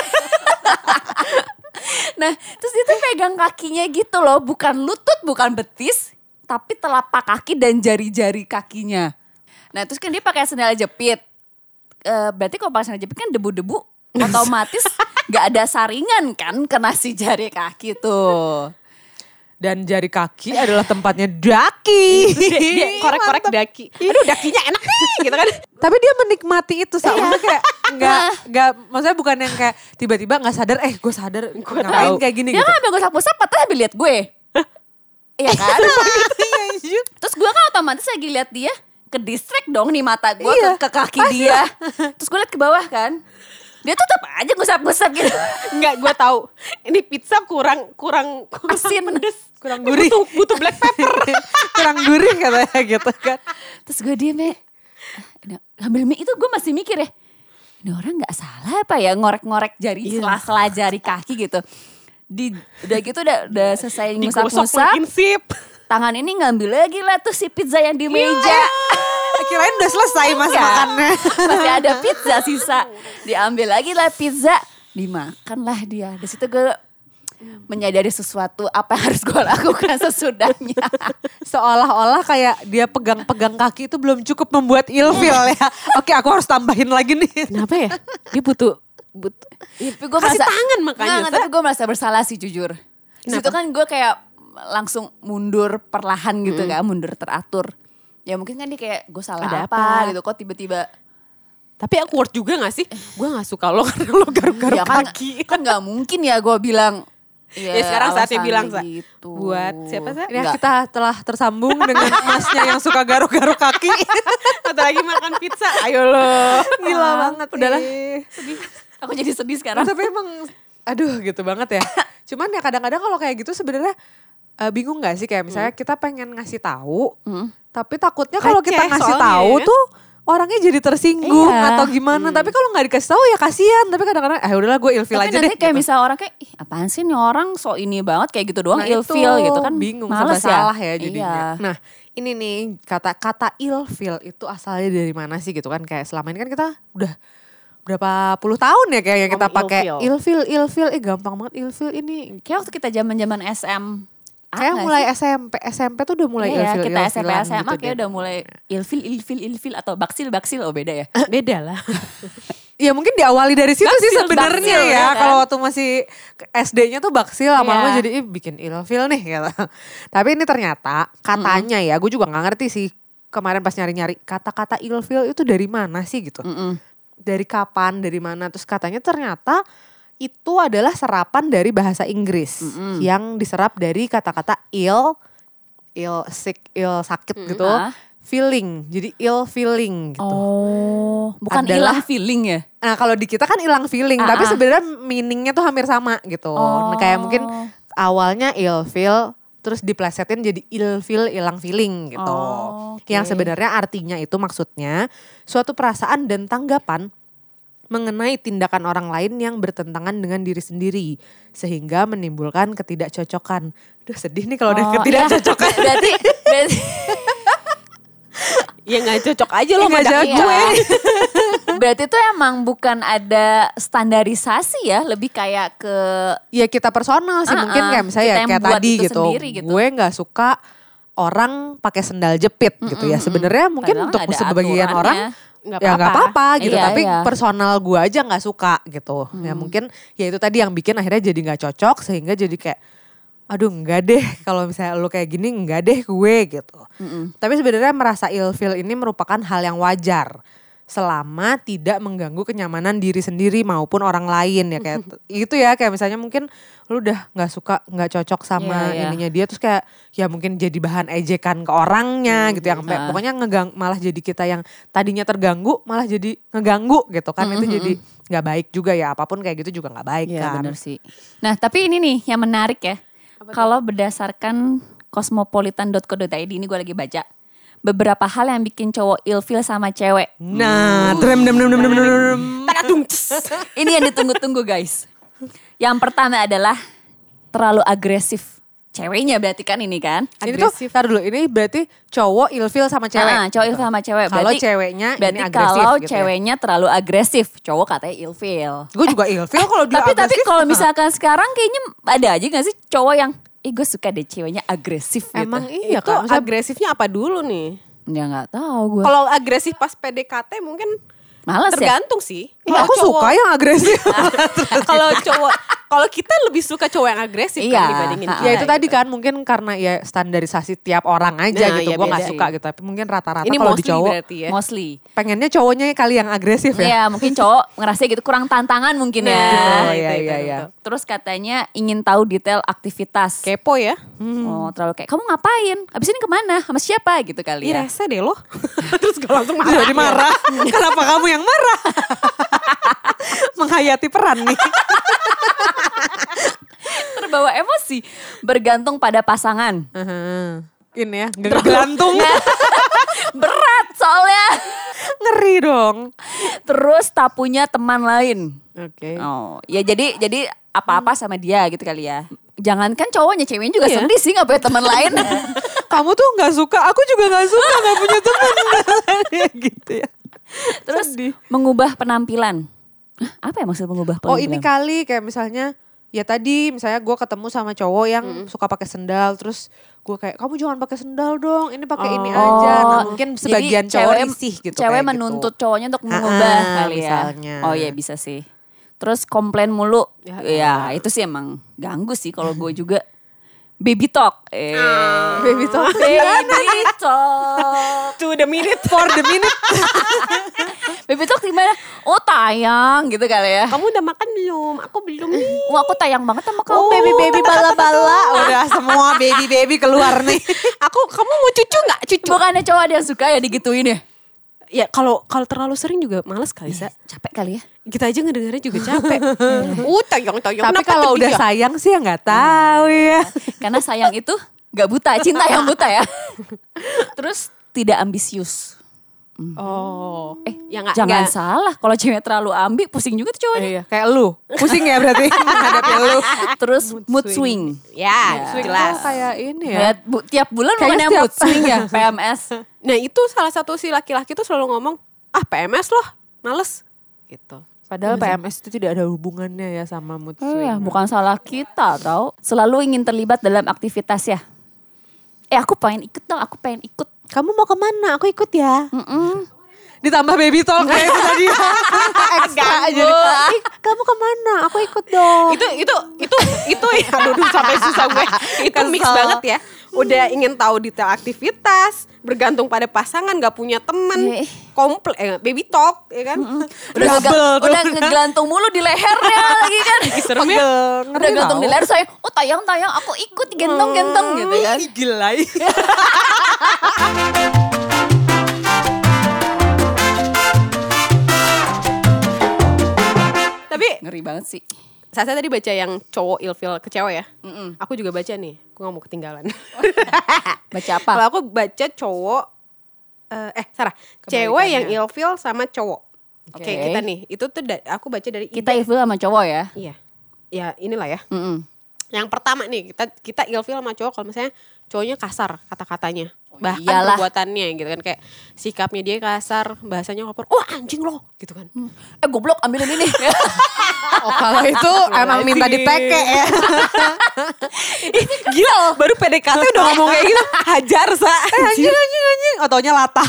[SPEAKER 3] Nah terus dia tuh pegang kakinya gitu loh. Bukan lutut, bukan betis. Tapi telapak kaki dan jari-jari kakinya. Nah terus kan dia pakai sandal jepit. E, berarti kalau pakai sandal jepit kan debu-debu. Otomatis gak ada saringan kan kena si jari kaki tuh.
[SPEAKER 1] Dan jari kaki adalah tempatnya daki.
[SPEAKER 2] Dia korek-korek daki. Aduh dakinya enak nih gitu kan.
[SPEAKER 1] Tapi dia menikmati itu sama kayak nggak nggak maksudnya bukan yang kayak tiba-tiba nggak sadar eh gue sadar gue ngapain
[SPEAKER 2] tahu.
[SPEAKER 1] kayak gini
[SPEAKER 3] Dia
[SPEAKER 1] gitu.
[SPEAKER 3] kan sambil gosap-gosap patah sambil lihat gue. Iya kan? Terus gue kan otomatis lagi lihat dia ke distract dong nih mata gue
[SPEAKER 1] Iya,
[SPEAKER 3] ke, ke kaki dia. Terus gue lihat ke bawah kan. Dia tetap aja gosap-gosap gitu.
[SPEAKER 2] Enggak, gue tahu. Ini pizza kurang kurang kurang
[SPEAKER 3] Asin.
[SPEAKER 2] pedes.
[SPEAKER 1] Kurang gurih.
[SPEAKER 2] Butuh, butuh black pepper.
[SPEAKER 1] Kurang gurih katanya gitu kan.
[SPEAKER 3] Terus gue diem ya. Nah, ambil mie itu gue masih mikir ya. Ini orang gak salah apa ya ngorek-ngorek jari
[SPEAKER 2] Iya.
[SPEAKER 3] sela-sela jari kaki gitu. Di, udah gitu udah, udah selesai
[SPEAKER 2] Digosok
[SPEAKER 3] ngusap-ngusap.
[SPEAKER 2] makin sip.
[SPEAKER 3] Tangan ini ngambil lagi lah tuh si pizza yang di meja.
[SPEAKER 1] Kirain udah selesai mas
[SPEAKER 3] Enggak.
[SPEAKER 1] makannya.
[SPEAKER 3] Masih ada pizza sisa. Diambil lagi lah pizza. Dimakan lah dia. Di situ gue menyadari sesuatu apa yang harus gue lakukan sesudahnya.
[SPEAKER 1] Seolah-olah kayak dia pegang-pegang kaki itu belum cukup membuat ilfil ya. Oke aku harus tambahin lagi nih.
[SPEAKER 2] Kenapa ya? Dia butuh butuh
[SPEAKER 3] Tapi gue
[SPEAKER 2] kasih tangan makanya.
[SPEAKER 3] Nggak,
[SPEAKER 2] Sa.
[SPEAKER 3] tapi gue merasa bersalah sih jujur. Di situ
[SPEAKER 2] Kenapa?
[SPEAKER 3] kan gue kayak langsung mundur perlahan gitu kan, mundur teratur. Ya mungkin kan dia kayak gue salah
[SPEAKER 2] Ada
[SPEAKER 3] apa,
[SPEAKER 2] apa?
[SPEAKER 3] gitu kok tiba-tiba.
[SPEAKER 2] Tapi awkward juga gak sih? Gue gak suka lo karena lo garuk-garuk
[SPEAKER 3] Ya kan,
[SPEAKER 2] kaki.
[SPEAKER 3] kan gak mungkin ya gue bilang.
[SPEAKER 2] Ya, sekarang saatnya
[SPEAKER 3] alasannya
[SPEAKER 2] bilang, Sa.
[SPEAKER 3] gitu.
[SPEAKER 2] Buat siapa, Sa?
[SPEAKER 1] Ya,
[SPEAKER 3] Nggak.
[SPEAKER 1] kita telah tersambung dengan masnya yang suka garuk-garuk kaki.
[SPEAKER 2] Atau lagi makan pizza. Ayo lo.
[SPEAKER 1] Gila banget.
[SPEAKER 3] Udahlah.
[SPEAKER 1] ih.
[SPEAKER 3] Aku jadi sedih sekarang.
[SPEAKER 1] Tapi emang aduh gitu banget ya. Cuman ya kadang-kadang kalau kayak gitu sebenarnya uh, bingung gak sih kayak misalnya kita pengen ngasih tahu,
[SPEAKER 3] Hmm.
[SPEAKER 1] tapi takutnya kalau
[SPEAKER 2] Receh
[SPEAKER 1] kita ngasih
[SPEAKER 2] soalnya
[SPEAKER 1] tahu
[SPEAKER 2] ya.
[SPEAKER 1] tuh orangnya jadi tersinggung
[SPEAKER 3] Iya.
[SPEAKER 1] atau gimana. Tapi kalau nggak dikasih tahu ya kasihan. Tapi kadang-kadang eh udahlah gue ilfil
[SPEAKER 3] Tapi
[SPEAKER 1] aja
[SPEAKER 3] nanti
[SPEAKER 1] deh.
[SPEAKER 3] kayak
[SPEAKER 1] gitu.
[SPEAKER 3] misal orang kayak, ih apaan sih nih orang so ini banget kayak gitu doang,
[SPEAKER 1] Nah,
[SPEAKER 3] ilfeel
[SPEAKER 1] itu
[SPEAKER 3] gitu kan.
[SPEAKER 1] bingung
[SPEAKER 3] Males
[SPEAKER 1] serba salah ya jadinya.
[SPEAKER 3] Iya.
[SPEAKER 1] Nah ini nih kata-kata ilfil itu asalnya dari mana sih gitu kan. Kayak selama ini kan kita udah berapa puluh tahun ya kayak yang kita
[SPEAKER 2] Ngomong
[SPEAKER 1] pakai
[SPEAKER 2] ilfil.
[SPEAKER 1] ilfil, ilfil. Eh gampang banget ilfil ini.
[SPEAKER 3] Kayak waktu kita zaman-zaman S M.
[SPEAKER 1] Kayak mulai S M P, S M P tuh udah mulai
[SPEAKER 3] Iya,
[SPEAKER 1] ilfil,
[SPEAKER 3] kita S M P S M A
[SPEAKER 1] gitu
[SPEAKER 3] kayak
[SPEAKER 1] deh.
[SPEAKER 3] udah mulai ilfil, ilfil, ilfil atau baksil, baksil. Oh beda ya.
[SPEAKER 2] Beda lah.
[SPEAKER 1] Ya mungkin diawali dari situ sih
[SPEAKER 3] Baksil,
[SPEAKER 1] sebenarnya
[SPEAKER 3] baksil,
[SPEAKER 1] ya.
[SPEAKER 3] ya kan?
[SPEAKER 1] Kalau waktu masih S D-nya tuh baksil, lama-lama
[SPEAKER 3] Iya.
[SPEAKER 1] jadi ih, bikin ilfil nih gitu. Tapi ini ternyata katanya ya, gue juga nggak ngerti sih kemarin pas nyari-nyari kata-kata ilfil itu dari mana sih gitu.
[SPEAKER 3] Mm-mm.
[SPEAKER 1] Dari kapan, dari mana. Terus katanya ternyata itu adalah serapan dari bahasa Inggris
[SPEAKER 3] Mm-mm.
[SPEAKER 1] yang diserap dari kata-kata ill, ill sick, ill sakit gitu,
[SPEAKER 3] Ah.
[SPEAKER 1] feeling. Jadi ill feeling gitu.
[SPEAKER 3] Oh, bukan
[SPEAKER 1] Adalah-
[SPEAKER 3] hilang feeling ya?
[SPEAKER 1] Nah kalau di kita kan hilang feeling,
[SPEAKER 3] Ah,
[SPEAKER 1] tapi
[SPEAKER 3] ah.
[SPEAKER 1] sebenarnya meaningnya tuh hampir sama gitu.
[SPEAKER 3] Oh.
[SPEAKER 1] Nah, kayak mungkin awalnya ill feel, terus diplesetin jadi ill feel, hilang feeling gitu.
[SPEAKER 3] Oh, oke.
[SPEAKER 1] Yang sebenarnya artinya itu maksudnya suatu perasaan dan tanggapan mengenai tindakan orang lain yang bertentangan dengan diri sendiri sehingga menimbulkan ketidakcocokan. Duh sedih nih kalau udah
[SPEAKER 3] Oh,
[SPEAKER 1] ketidakcocokan.
[SPEAKER 3] iya. berarti, berarti
[SPEAKER 2] Ya gak cocok aja lo
[SPEAKER 1] Nggak
[SPEAKER 2] sama
[SPEAKER 1] cocok.
[SPEAKER 2] gue.
[SPEAKER 3] berarti itu emang bukan ada standarisasi ya, lebih kayak ke
[SPEAKER 1] Ya kita personal sih
[SPEAKER 3] Ah,
[SPEAKER 1] mungkin
[SPEAKER 3] ah.
[SPEAKER 1] kayak misalnya
[SPEAKER 3] Kita
[SPEAKER 1] ya,
[SPEAKER 3] yang
[SPEAKER 1] kayak
[SPEAKER 3] buat
[SPEAKER 1] tadi
[SPEAKER 3] itu
[SPEAKER 1] gitu.
[SPEAKER 3] sendiri gitu.
[SPEAKER 1] Gue nggak suka orang pakai sendal jepit gitu ya. Sebenarnya mungkin
[SPEAKER 3] Padahal
[SPEAKER 1] untuk
[SPEAKER 3] nggak ada
[SPEAKER 1] sebagian
[SPEAKER 3] aturannya.
[SPEAKER 1] orang
[SPEAKER 2] Nggak
[SPEAKER 1] ya nggak apa-apa gitu.
[SPEAKER 3] Iya,
[SPEAKER 1] Tapi
[SPEAKER 3] iya.
[SPEAKER 1] personal gue aja nggak suka gitu. Ya mungkin ya itu tadi yang bikin akhirnya jadi nggak cocok sehingga jadi kayak aduh enggak deh kalau misalnya lu kayak gini enggak deh gue gitu. Tapi sebenarnya merasa ilfeel ini merupakan hal yang wajar selama tidak mengganggu kenyamanan diri sendiri maupun orang lain ya kayak itu ya kayak misalnya mungkin lu udah nggak suka nggak cocok sama
[SPEAKER 3] Iya, iya.
[SPEAKER 1] ininya dia terus kayak ya mungkin jadi bahan ejekan ke orangnya gitu yang
[SPEAKER 3] ah.
[SPEAKER 1] pokoknya ngegang malah jadi kita yang tadinya terganggu malah jadi ngeganggu gitu kan itu jadi nggak baik juga ya apapun kayak gitu juga nggak baik
[SPEAKER 3] Iya
[SPEAKER 1] kan.
[SPEAKER 3] benar sih. Nah tapi ini nih yang menarik ya. Kalau berdasarkan cosmopolitan dot co dot i d ini gue lagi baca. Beberapa hal yang bikin cowok ilfil sama cewek.
[SPEAKER 1] Nah, drem drem drem drem drem drem.
[SPEAKER 3] Ini yang ditunggu-tunggu guys. Yang pertama adalah terlalu agresif. Ceweknya berarti kan ini kan.
[SPEAKER 1] Ini tuh, tar dulu, ini berarti cowok ilfil sama cewek.
[SPEAKER 3] Ah, cowok ilfil sama cewek.
[SPEAKER 1] Kalau
[SPEAKER 3] Berarti-
[SPEAKER 1] ceweknya ini
[SPEAKER 3] Berarti
[SPEAKER 1] agresif
[SPEAKER 3] kalau
[SPEAKER 1] gitu ya.
[SPEAKER 3] ceweknya terlalu agresif, cowok katanya ilfil.
[SPEAKER 1] Gue juga ilfil kalau dia
[SPEAKER 3] Tapi tapi
[SPEAKER 1] agresif.
[SPEAKER 3] kalau misalkan sekarang kayaknya ada aja gak sih cowok yang, eh gue suka deh ceweknya agresif gitu.
[SPEAKER 1] Emang iya
[SPEAKER 2] Itu
[SPEAKER 1] kan. Maksudnya
[SPEAKER 2] agresifnya apa dulu nih?
[SPEAKER 3] Ya nggak tahu gue.
[SPEAKER 2] Kalau agresif pas P D K T mungkin
[SPEAKER 3] Males ya.
[SPEAKER 2] tergantung sih.
[SPEAKER 1] Iya, aku
[SPEAKER 2] Kalau
[SPEAKER 1] suka
[SPEAKER 2] cowok-
[SPEAKER 1] yang agresif.
[SPEAKER 2] Kalau cowok, kalau kita lebih suka cowok yang agresif
[SPEAKER 3] Iya.
[SPEAKER 2] kan dibandingin
[SPEAKER 3] Ah,
[SPEAKER 2] kita.
[SPEAKER 1] Ya itu tadi kan mungkin karena ya standarisasi tiap orang aja
[SPEAKER 2] Nah,
[SPEAKER 1] gitu.
[SPEAKER 2] iya,
[SPEAKER 1] Gue gak
[SPEAKER 2] beda.
[SPEAKER 1] suka gitu. Tapi mungkin rata-rata
[SPEAKER 2] Ini
[SPEAKER 1] kalau di
[SPEAKER 2] mostly
[SPEAKER 1] cowok
[SPEAKER 2] berarti ya.
[SPEAKER 3] Mostly.
[SPEAKER 1] pengennya cowoknya kali yang agresif ya.
[SPEAKER 3] Iya mungkin cowok ngerasa gitu kurang tantangan mungkin ya.
[SPEAKER 2] Nah,
[SPEAKER 1] Oh,
[SPEAKER 2] itu,
[SPEAKER 1] iya,
[SPEAKER 2] itu,
[SPEAKER 1] iya,
[SPEAKER 2] itu.
[SPEAKER 1] iya.
[SPEAKER 3] Terus katanya ingin tahu detail aktivitas.
[SPEAKER 2] Kepo ya.
[SPEAKER 3] Oh terlalu kayak kamu ngapain? Abis ini kemana? Sama siapa gitu kali
[SPEAKER 2] Iya
[SPEAKER 3] ya.
[SPEAKER 2] rese deh lo. Terus gue langsung marah.
[SPEAKER 1] Jadi marah. Kenapa kamu yang marah? Menghayati peran nih.
[SPEAKER 3] Terbawa emosi. Bergantung pada pasangan.
[SPEAKER 1] Ini ya, gelantung.
[SPEAKER 3] Berat soalnya.
[SPEAKER 1] Ngeri dong.
[SPEAKER 3] Terus tak punya teman lain.
[SPEAKER 1] Oke.
[SPEAKER 3] Oh, ya jadi jadi apa-apa sama dia gitu kali ya. Jangankan cowoknya, ceweknya juga
[SPEAKER 2] Iya.
[SPEAKER 3] sedih sih nggak punya teman lain.
[SPEAKER 1] Kamu tuh gak suka, aku juga gak suka gak punya teman. Gitu ya.
[SPEAKER 3] Terus
[SPEAKER 1] Sedih.
[SPEAKER 3] mengubah penampilan. Hah, apa ya maksud mengubah penampilan?
[SPEAKER 1] Oh ini kali kayak misalnya ya tadi misalnya gue ketemu sama cowok yang suka pakai sendal terus gue kayak kamu jangan pakai sendal dong ini pakai ini
[SPEAKER 3] Oh,
[SPEAKER 1] aja. Nah mungkin
[SPEAKER 3] jadi
[SPEAKER 1] sebagian cowok
[SPEAKER 3] cewek-
[SPEAKER 1] risih gitu.
[SPEAKER 3] Cewek
[SPEAKER 1] kayak
[SPEAKER 3] menuntut
[SPEAKER 1] gitu.
[SPEAKER 3] cowoknya untuk
[SPEAKER 1] Ah,
[SPEAKER 3] mengubah
[SPEAKER 1] ah,
[SPEAKER 3] kali ya.
[SPEAKER 1] misalnya.
[SPEAKER 3] Oh iya bisa sih. Terus komplain mulu.
[SPEAKER 2] Ya,
[SPEAKER 3] Ya, itu sih emang ganggu sih kalau gue juga. Baby talk. Eh.
[SPEAKER 1] Baby talk.
[SPEAKER 3] Baby talk.
[SPEAKER 2] To the minute.
[SPEAKER 1] For the minute.
[SPEAKER 3] Baby talk gimana? Oh tayang gitu kali ya.
[SPEAKER 2] Kamu udah makan belum? Aku belum nih.
[SPEAKER 3] Wah aku tayang banget sama kamu.
[SPEAKER 1] Oh, baby-baby bala-bala. Udah semua baby-baby keluar nih.
[SPEAKER 2] Aku, kamu mau cucu gak? Cucu.
[SPEAKER 3] Bukannya cowok ada yang suka ya digituin ya?
[SPEAKER 2] Ya kalau kalau terlalu sering juga males kali, Sa.
[SPEAKER 3] Capek kali ya.
[SPEAKER 2] Kita aja ngedengarnya juga capek. Uh, tayang-tayang.
[SPEAKER 1] Tapi kalau udah sayang sih ya gak tahu ya.
[SPEAKER 3] Karena sayang itu gak buta, cinta yang buta ya. Terus tidak ambisius.
[SPEAKER 2] Oh. Eh, ya gak,
[SPEAKER 3] Jangan
[SPEAKER 2] gak.
[SPEAKER 3] salah, kalau cewek terlalu ambi pusing juga tuh cowoknya.
[SPEAKER 1] Iya, kayak lu. Pusing ya berarti menghadapi lu.
[SPEAKER 3] Terus mood swing.
[SPEAKER 2] Ya,
[SPEAKER 1] Swing
[SPEAKER 2] jelas.
[SPEAKER 1] tuh kayak ini ya.
[SPEAKER 3] Ya, bu, tiap bulan
[SPEAKER 1] Kayaknya
[SPEAKER 3] bukannya
[SPEAKER 1] setiap-
[SPEAKER 3] mood swing ya, P M S.
[SPEAKER 2] Nah itu salah satu si laki-laki tuh selalu ngomong, ah P M S loh, males. Gitu.
[SPEAKER 1] Padahal P M S itu tidak ada hubungannya ya sama mood
[SPEAKER 3] Oh
[SPEAKER 1] swing.
[SPEAKER 3] ya, bukan salah kita tau. Selalu ingin terlibat dalam aktivitas ya. Eh aku pengen ikut dong, aku pengen ikut.
[SPEAKER 1] Kamu mau kemana? Aku ikut ya.
[SPEAKER 3] Mm-mm.
[SPEAKER 1] Ditambah baby talk kayak itu tadi. Ekstra aja. Ih, kamu kemana? Aku ikut dong.
[SPEAKER 2] Itu itu itu itu ya aduh aduh, sampai susah gue. Itu mix
[SPEAKER 1] Kesel.
[SPEAKER 2] banget ya. Udah ingin tahu detail aktivitas, bergantung pada pasangan, gak punya temen,
[SPEAKER 3] Eh.
[SPEAKER 2] komple, eh, baby talk, ya kan?
[SPEAKER 3] Udah,
[SPEAKER 1] Double
[SPEAKER 3] ngega-
[SPEAKER 1] tuh.
[SPEAKER 3] udah ngegelantung mulu di lehernya lagi kan.
[SPEAKER 2] Serem ya.
[SPEAKER 3] Udah gantung di leher saya, oh tayang-tayang aku ikut gentong-gentong gitu kan.
[SPEAKER 1] Gila.
[SPEAKER 2] Tapi
[SPEAKER 3] Ngeri banget sih.
[SPEAKER 2] saya tadi baca yang cowok ilfil ke cewek ya.
[SPEAKER 3] Mm-mm.
[SPEAKER 2] Aku juga baca nih, aku gak mau ketinggalan.
[SPEAKER 3] Baca apa?
[SPEAKER 2] Kalau aku baca cowok, eh, eh Sarah, cewek yang ilfil sama cowok. Oke,
[SPEAKER 3] Oke.
[SPEAKER 2] kita nih, itu tuh da- aku baca dari
[SPEAKER 3] Kita ilfil sama cowok ya.
[SPEAKER 2] Iya, ya inilah ya.
[SPEAKER 3] Mm-mm.
[SPEAKER 2] Yang pertama nih, kita kita ilfil sama cowok kalau misalnya cowoknya kasar kata-katanya. Bahkan
[SPEAKER 3] iyalah.
[SPEAKER 2] perbuatannya gitu kan. Kayak sikapnya dia kasar, bahasanya kotor. Oh anjing loh gitu kan.
[SPEAKER 3] Eh goblok ambilin ini.
[SPEAKER 1] Oh kalau itu emang minta diteke ya.
[SPEAKER 2] Gila, baru P D K T udah ngomong kayak gitu. Hajar, Sa.
[SPEAKER 1] Eh anjing anjing anjing. Otonya latah.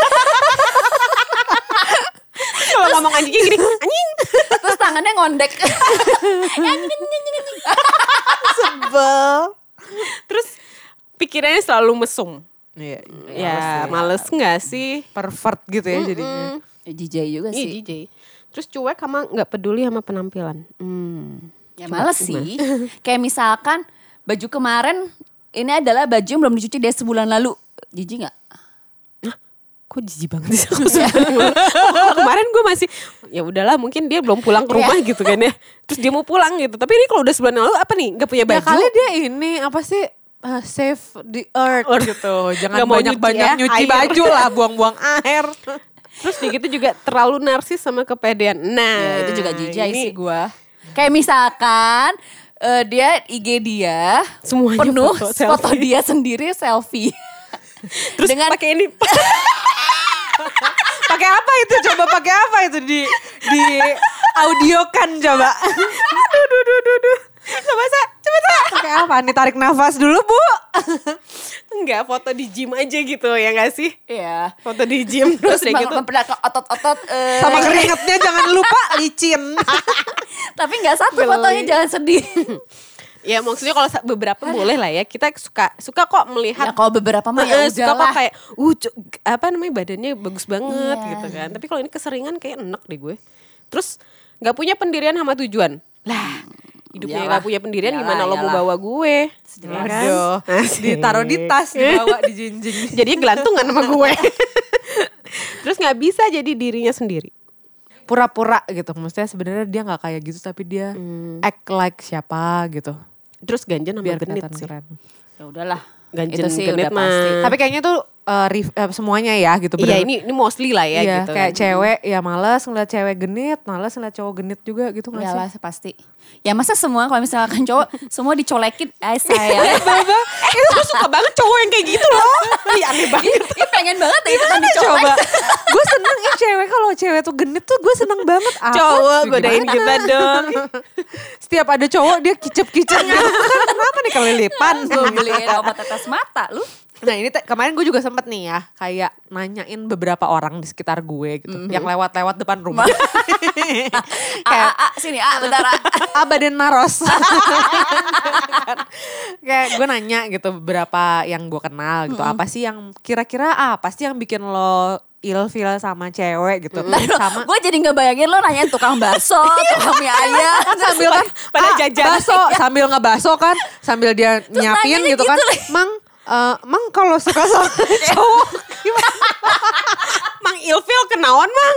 [SPEAKER 2] Kalau ngomong anjingnya gini, anjing.
[SPEAKER 3] Terus tangannya ngondek. Anjing, anjing, anjing, anjing.
[SPEAKER 1] Sebel.
[SPEAKER 2] Terus pikirannya selalu mesum.
[SPEAKER 1] Iya.
[SPEAKER 2] Ya, males nggak sih?
[SPEAKER 1] Pervert gitu ya jadinya.
[SPEAKER 3] Ya, jijai juga
[SPEAKER 2] Iya,
[SPEAKER 3] sih.
[SPEAKER 2] D J. Terus cuek sama nggak peduli sama penampilan. Hmm.
[SPEAKER 3] Ya males sih. Kayak misalkan baju kemarin ini adalah baju yang belum dicuci dari sebulan lalu. Jijik gak?
[SPEAKER 2] Kok jijik banget sih aku sebenarnya. Oh, kemarin gue masih ya udahlah mungkin dia belum pulang ke rumah gitu kan ya. Terus dia mau pulang gitu. Tapi ini kalau udah sebulan lalu apa nih? Gak punya
[SPEAKER 1] Ya
[SPEAKER 2] baju.
[SPEAKER 1] kali dia ini apa sih? Uh, save the earth
[SPEAKER 2] Earth.
[SPEAKER 1] gitu. Jangan
[SPEAKER 2] Nggak mau
[SPEAKER 1] banyak-banyak
[SPEAKER 2] nyuci ya,
[SPEAKER 1] nyuci
[SPEAKER 2] air.
[SPEAKER 1] baju lah, buang-buang air.
[SPEAKER 2] Terus dia gitu juga terlalu narsis sama kepedean. Nah,
[SPEAKER 3] Ya, itu juga jijai
[SPEAKER 2] ini
[SPEAKER 3] sih gue. Kayak misalkan eh, dia I G dia
[SPEAKER 2] Semuanya
[SPEAKER 3] penuh
[SPEAKER 2] foto
[SPEAKER 3] foto,
[SPEAKER 2] selfie.
[SPEAKER 3] dia sendiri selfie.
[SPEAKER 2] Terus
[SPEAKER 3] dengan
[SPEAKER 2] pakai ini.
[SPEAKER 1] Pakai apa itu? Coba pakai apa itu di di audiokan coba. Aduh, duh, duh, duh, duh. Coba Sa, coba Sa. Pakai apa? Nih tarik nafas dulu Bu.
[SPEAKER 2] Enggak, foto di gym aja gitu ya gak sih?
[SPEAKER 3] Iya.
[SPEAKER 2] Foto di gym
[SPEAKER 3] Terus
[SPEAKER 2] terus kayak gitu.
[SPEAKER 3] memperlihatkan otot-otot. eh,
[SPEAKER 1] Sama keringetnya jangan lupa licin.
[SPEAKER 3] Tapi gak satu
[SPEAKER 2] Geli.
[SPEAKER 3] fotonya jangan sedih.
[SPEAKER 2] Ya maksudnya kalau sa- beberapa boleh lah ya. Kita suka suka kok melihat.
[SPEAKER 3] Ya kalau beberapa mah ya
[SPEAKER 2] Eh, suka
[SPEAKER 3] udahlah.
[SPEAKER 2] kok kayak uh cu- apa namanya badannya bagus banget
[SPEAKER 3] Iya.
[SPEAKER 2] gitu kan. Tapi kalau ini keseringan kayak enak deh gue. Terus nggak punya pendirian sama tujuan. Lah, hidupnya
[SPEAKER 3] Iyalah.
[SPEAKER 2] nggak punya pendirian
[SPEAKER 3] Iyalah,
[SPEAKER 2] gimana lo mau
[SPEAKER 3] iyalah.
[SPEAKER 2] bawa gue? Ya kan?
[SPEAKER 1] Aduh, ditaruh di tas, dibawa di jinjing.
[SPEAKER 2] Jadinya gelantungan sama gue. Terus nggak bisa jadi dirinya sendiri.
[SPEAKER 1] Pura-pura gitu. Maksudnya sebenarnya dia nggak kayak gitu tapi dia act like siapa gitu.
[SPEAKER 2] Terus ganjen sama
[SPEAKER 1] Biar
[SPEAKER 2] genit
[SPEAKER 1] kelihatan
[SPEAKER 2] sih.
[SPEAKER 1] keren.
[SPEAKER 3] Ya udahlah.
[SPEAKER 2] Ganjen
[SPEAKER 3] Itu sih
[SPEAKER 2] genit
[SPEAKER 3] udah
[SPEAKER 2] mah.
[SPEAKER 3] pasti.
[SPEAKER 1] Tapi kayaknya tuh uh, ref- uh, semuanya ya gitu.
[SPEAKER 2] Iya
[SPEAKER 1] bener.
[SPEAKER 2] ini ini mostly lah ya
[SPEAKER 1] Iya,
[SPEAKER 2] gitu.
[SPEAKER 1] kayak
[SPEAKER 2] kan.
[SPEAKER 1] cewek ya males ngeliat cewek genit, males ngeliat cowok genit juga gitu gak sih?
[SPEAKER 3] Iyalah pasti. Ya masa semua kalau misalkan cowok semua dicolekin, ay saya.
[SPEAKER 2] Baba, eh gue suka banget cowok yang kayak gitu loh. Ih aneh banget.
[SPEAKER 3] Ih pengen banget ya ikutan dicolek.
[SPEAKER 1] Coba, gue seneng ya cewek kalau cewek tuh genit tuh gue seneng banget. Apa
[SPEAKER 2] Cowok
[SPEAKER 1] sih,
[SPEAKER 2] godain
[SPEAKER 1] gimana?
[SPEAKER 2] kita dong.
[SPEAKER 1] Setiap ada cowok dia kicep-kicep gitu. Kenapa nih kelilipan?
[SPEAKER 3] Gue beliin obat tetes mata lu.
[SPEAKER 1] Nah ini te- kemarin gue juga sempet nih ya kayak nanyain beberapa orang di sekitar gue gitu. Mm-hmm. Yang lewat-lewat depan rumah.
[SPEAKER 3] Kayak A, A, sini A bentar A.
[SPEAKER 1] Abaden Naros. Kayak gue nanya gitu beberapa yang gue kenal gitu. Mm-hmm. Apa sih yang kira-kira apa sih yang bikin lo ilfeel sama cewek gitu.
[SPEAKER 3] Mm-hmm.
[SPEAKER 1] Sama
[SPEAKER 3] gue jadi ngebayangin lo nanyain tukang bakso, tukang mie ayam.
[SPEAKER 1] Sambil kan
[SPEAKER 2] pada
[SPEAKER 1] ah,
[SPEAKER 2] jajan.
[SPEAKER 1] Bakso, sambil ngebaso kan. Sambil dia
[SPEAKER 3] terus
[SPEAKER 1] nyiapin gitu,
[SPEAKER 3] gitu
[SPEAKER 1] kan. Mang Uh, Mang kalau suka sama cowok gimana?
[SPEAKER 2] Mang ilfil kenaon Mang?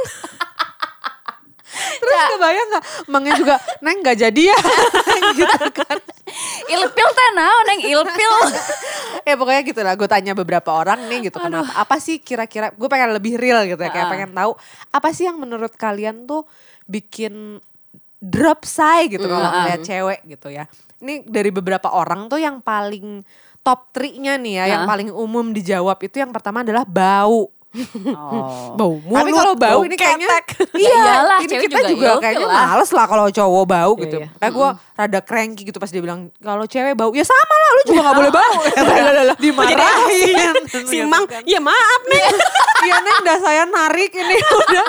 [SPEAKER 1] Terus kebayang gak? Mangnya juga, Neng gak jadi ya? Gitu kan.
[SPEAKER 3] Ilpil teh naon Neng ilpil.
[SPEAKER 1] Ya pokoknya gitu lah, gue tanya beberapa orang nih gitu. Aduh. Kenapa? Apa sih kira-kira, gue pengen lebih real gitu ya. Kayak uh. pengen tahu apa sih yang menurut kalian tuh bikin drop say gitu. Uh. Kalau ngeliat cewek gitu ya. Ini dari beberapa orang tuh yang paling top tiga-nya nih ya, uh. yang paling umum dijawab itu yang pertama adalah bau.
[SPEAKER 3] Oh.
[SPEAKER 1] Bau mulut. Tapi kalau bau ini kayaknya
[SPEAKER 3] iya, iyalah,
[SPEAKER 1] ini kita juga, juga kayaknya lah. Males lah kalau cowok bau iya, gitu. Iya. Kayak gue mm. rada cranky gitu pas dia bilang kalau cewek bau, ya sama lah lu juga gak boleh bau. Dimarahin.
[SPEAKER 2] Si Mang, ya maaf nih.
[SPEAKER 1] Iya nih udah saya narik ini udah.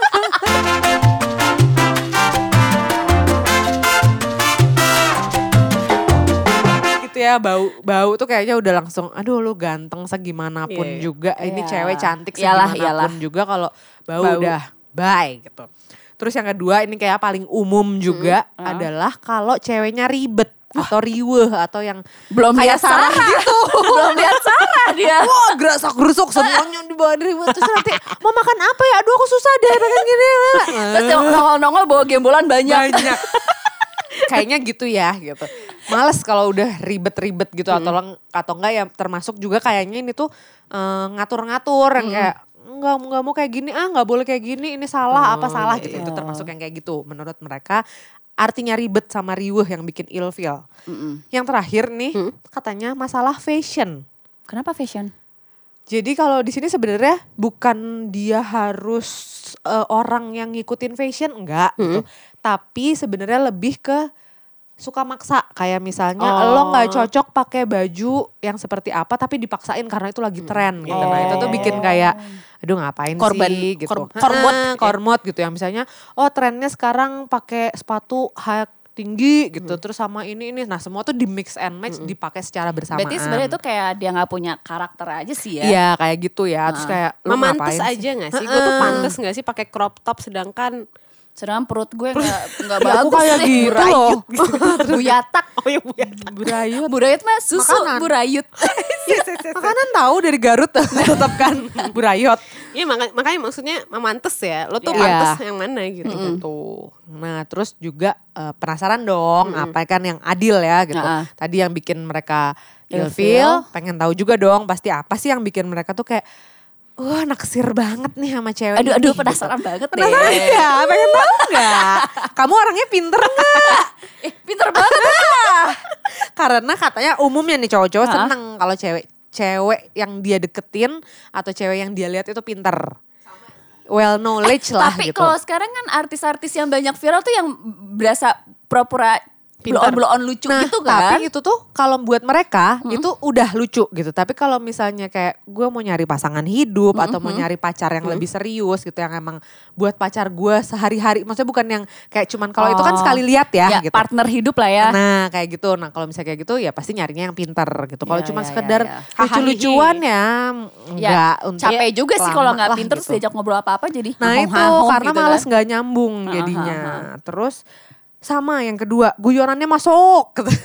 [SPEAKER 1] Ya bau bau tuh kayaknya udah langsung aduh lu ganteng segimanapun yeah. juga ini yeah. cewek cantik segimanapun yalah, yalah. juga kalau bau, bau udah bye gitu. Terus yang kedua ini kayak paling umum juga hmm. uh. adalah kalau ceweknya ribet atau riweh atau yang
[SPEAKER 3] belum
[SPEAKER 1] kayak Sarah gitu.
[SPEAKER 3] Belum lihat Sarah dia.
[SPEAKER 1] Wah gerasak gerusuk semuanya di bawah ribet. Terus nanti mau makan apa ya? Aduh aku susah deh pengen gini.
[SPEAKER 3] Terus nongol-nongol bawa gembolan banyak.
[SPEAKER 1] Banyak. Kayaknya gitu ya gitu. Males kalau udah ribet-ribet gitu hmm. atau atau enggak ya termasuk juga kayaknya ini tuh uh, ngatur-ngatur yang kayak enggak enggak mau kayak gini ah enggak boleh kayak gini ini salah oh, apa salah iya. gitu. Itu termasuk yang kayak gitu menurut mereka. Artinya ribet sama riweh yang bikin ilfeel. Mm-mm. Yang terakhir nih mm. katanya masalah fashion.
[SPEAKER 3] Kenapa fashion?
[SPEAKER 1] Jadi kalau di sini sebenarnya bukan dia harus uh, orang yang ngikutin fashion enggak mm. gitu. Tapi sebenarnya lebih ke suka maksa kayak misalnya oh. lo nggak cocok pakai baju yang seperti apa tapi dipaksain karena itu lagi tren gitu. Oh. Nah itu tuh bikin kayak aduh ngapain
[SPEAKER 2] korban,
[SPEAKER 1] sih gitu.
[SPEAKER 2] Kor- kormot
[SPEAKER 1] kormot gitu yang misalnya oh trennya sekarang pakai sepatu high tinggi gitu hmm. terus sama ini ini nah semua tuh di mix and match hmm. dipakai secara bersamaan.
[SPEAKER 3] Berarti sebenarnya itu kayak dia nggak punya karakter aja sih ya.
[SPEAKER 1] Iya kayak gitu ya. Terus kayak lo
[SPEAKER 2] memantes aja nggak sih? Gue tuh pantes nggak sih pakai crop top sedangkan
[SPEAKER 3] sedangkan perut gue gak, gak
[SPEAKER 1] ya,
[SPEAKER 3] bagus.
[SPEAKER 1] Aku kayak gitu loh.
[SPEAKER 3] Buyatak.
[SPEAKER 2] Oh ya buyatak.
[SPEAKER 1] Burayut.
[SPEAKER 3] Burayut mah susu makanan. Burayut.
[SPEAKER 1] Makanan tahu dari Garut tetap kan burayot.
[SPEAKER 2] Iya maka, makanya maksudnya memantes ya. Lo tuh yeah. pantes yang mana gitu.
[SPEAKER 1] Mm-hmm. Gitu. Nah terus juga uh, penasaran dong mm-hmm. apa kan yang adil ya gitu. Uh-uh. Tadi yang bikin mereka ilfeel. Pengen tahu juga dong pasti apa sih yang bikin mereka tuh kayak wah naksir banget nih sama cewek
[SPEAKER 3] aduh,
[SPEAKER 1] ini.
[SPEAKER 3] Aduh penasaran gitu. banget deh.
[SPEAKER 1] Penasaran ya, pengen tahu gak? Kamu orangnya pinter gak?
[SPEAKER 3] eh pinter banget lah.
[SPEAKER 1] Karena katanya umumnya nih cowok-cowok seneng kalau cewek cewek yang dia deketin atau cewek yang dia lihat itu pinter. Well knowledge eh, lah
[SPEAKER 3] tapi
[SPEAKER 1] gitu.
[SPEAKER 3] Tapi kalau sekarang kan artis-artis yang banyak viral tuh yang berasa pura-pura blow-on lucu
[SPEAKER 1] nah,
[SPEAKER 3] gitu kan.
[SPEAKER 1] Tapi itu tuh kalau buat mereka hmm. itu udah lucu gitu. Tapi kalau misalnya kayak gue mau nyari pasangan hidup hmm. atau mau nyari pacar yang hmm. lebih serius gitu. Yang emang buat pacar gue sehari-hari. Maksudnya bukan yang kayak cuman kalau oh. itu kan sekali lihat ya, ya gitu.
[SPEAKER 3] Partner hidup lah ya.
[SPEAKER 1] Nah kayak gitu. Nah kalau misalnya kayak gitu ya pasti nyarinya yang pinter gitu. Kalau ya, cuma ya, sekedar
[SPEAKER 3] ya, ya.
[SPEAKER 1] lucu-lucuan ya enggak.
[SPEAKER 3] Ya, untuk capek juga sih kalau gak pinter gitu. Terus diajak ngobrol apa-apa jadi.
[SPEAKER 1] Nah itu karena gitu males kan. Gak nyambung jadinya. Terus sama yang kedua, guyonannya masuk gitu.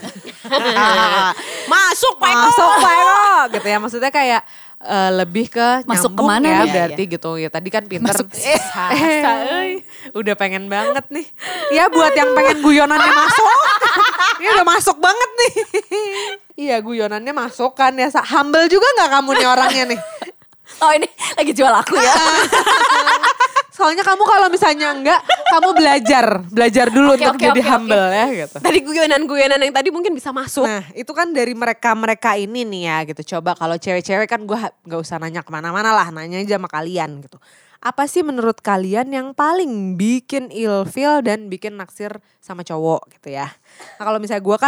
[SPEAKER 2] Masuk Pak Eko.
[SPEAKER 1] Masuk Pak Eko gitu ya. Maksudnya kayak uh, lebih ke
[SPEAKER 3] masuk
[SPEAKER 1] nyambung
[SPEAKER 3] kemana
[SPEAKER 1] ya
[SPEAKER 3] nih?
[SPEAKER 1] Berarti
[SPEAKER 3] ya, ya.
[SPEAKER 1] gitu ya. Tadi kan pinter.
[SPEAKER 3] Masuk
[SPEAKER 1] eh, eh, udah pengen banget nih. Ya buat yang pengen guyonannya masuk. Ini udah masuk banget nih. Iya guyonannya masuk kan ya. Humble juga gak kamu nih orangnya nih?
[SPEAKER 3] Oh ini lagi jual aku ya.
[SPEAKER 1] Soalnya kamu kalau misalnya enggak, kamu belajar. Belajar dulu okay, untuk okay, jadi okay, humble okay. ya gitu.
[SPEAKER 2] Tadi guyonan-guyonan yang tadi mungkin bisa masuk.
[SPEAKER 1] Nah itu kan dari mereka-mereka ini nih ya gitu. Coba kalau cewek-cewek kan gue gak usah nanya kemana-mana lah. Nanya aja sama kalian gitu. Apa sih menurut kalian yang paling bikin ilfeel dan bikin naksir sama cowok gitu ya. Nah kalau misalnya gue kan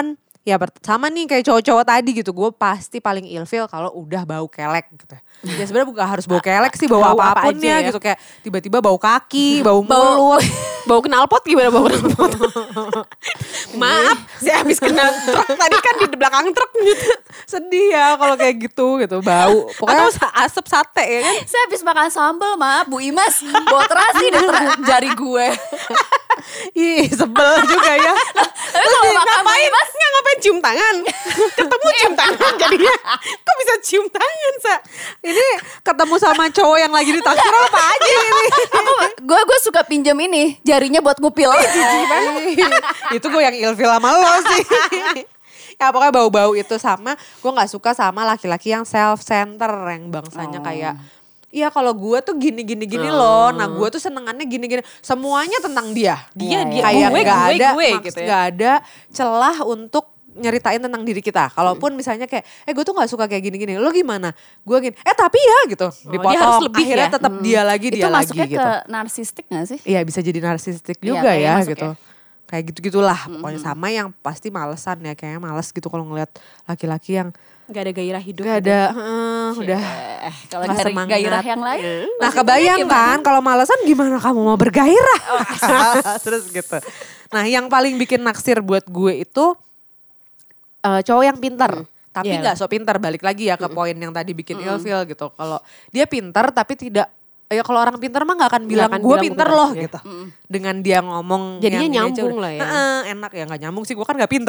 [SPEAKER 1] Ya sama nih kayak cowok-cowok tadi gitu. Gue pasti paling ilfil kalau udah bau kelek gitu. Ya sebenarnya bukan harus bau kelek sih, bau, bau apapun apa ya, ya gitu. Kayak tiba-tiba bau kaki, bau mulut.
[SPEAKER 2] Bau knalpot gimana bau knalpot? Maaf, saya habis kena truk tadi kan di belakang truk gitu.
[SPEAKER 1] Sedih ya kalau kayak gitu gitu, bau.
[SPEAKER 2] Pokoknya atau asap sate ya kan.
[SPEAKER 3] Saya habis makan sambal, maaf Bu Imas, bau terasi di jari gue.
[SPEAKER 1] Ih, sebel juga ya.
[SPEAKER 3] Tapi kalau makan Bu Imas
[SPEAKER 2] nggak ngapain cium tangan. Ketemu cium tangan jadinya. Kok bisa cium tangan, Sa?
[SPEAKER 1] Ini ketemu sama cowok yang lagi ditaksir apa aja ini?
[SPEAKER 3] Aku gue gue suka pinjam ini jarinya buat ngupil.
[SPEAKER 1] Itu gue yang ilfil sama lo sih. Ya pokoknya bau-bau itu sama. Gue gak suka sama laki-laki yang self-center. Yang bangsanya oh. kayak, iya kalau gue tuh gini-gini-gini oh. loh. Nah gue tuh senengannya gini-gini. Semuanya tentang dia.
[SPEAKER 2] Dia, dia.
[SPEAKER 1] Kayak
[SPEAKER 2] gue,
[SPEAKER 1] gak
[SPEAKER 2] gue,
[SPEAKER 1] ada,
[SPEAKER 2] gue, gitu ya.
[SPEAKER 1] Gak ada celah untuk nyeritain tentang diri kita. Kalaupun hmm. misalnya kayak, eh gue tuh gak suka kayak gini-gini. Lo gimana? Gue gini, eh tapi ya gitu. Dipotong.
[SPEAKER 2] Dia harus lebih
[SPEAKER 1] akhirnya
[SPEAKER 2] ya?
[SPEAKER 1] tetap hmm. dia lagi, dia
[SPEAKER 3] itu
[SPEAKER 1] lagi
[SPEAKER 3] masuknya
[SPEAKER 1] gitu.
[SPEAKER 3] Ke narsistik gak sih?
[SPEAKER 1] Iya bisa jadi narsistik juga
[SPEAKER 3] ya,
[SPEAKER 1] ya gitu. Ya. Kayak gitu-gitulah.
[SPEAKER 3] Mm-hmm.
[SPEAKER 1] Pokoknya sama yang pasti malesan ya. Kayaknya males gitu kalau ngeliat laki-laki yang
[SPEAKER 2] gak ada gairah hidup.
[SPEAKER 1] Gak ada, uh, udah
[SPEAKER 3] kalau dari gairah yang lain.
[SPEAKER 1] Nah kebayang kan kalau malesan gimana kamu mau bergairah. Oh, terus gitu. Nah yang paling bikin naksir buat gue itu Uh, cowok yang pintar, hmm. tapi yeah. gak so pintar. Balik lagi ya ke hmm. poin yang tadi bikin hmm. ilfil gitu. Kalau dia pintar tapi tidak, ya kalau orang pintar mah gak akan bilang gue pintar loh ya. Gitu. Hmm. Dengan dia ngomong.
[SPEAKER 2] Jadinya nyambung lah ya.
[SPEAKER 1] Nah, enak ya gak nyambung sih, gue kan gak pintar.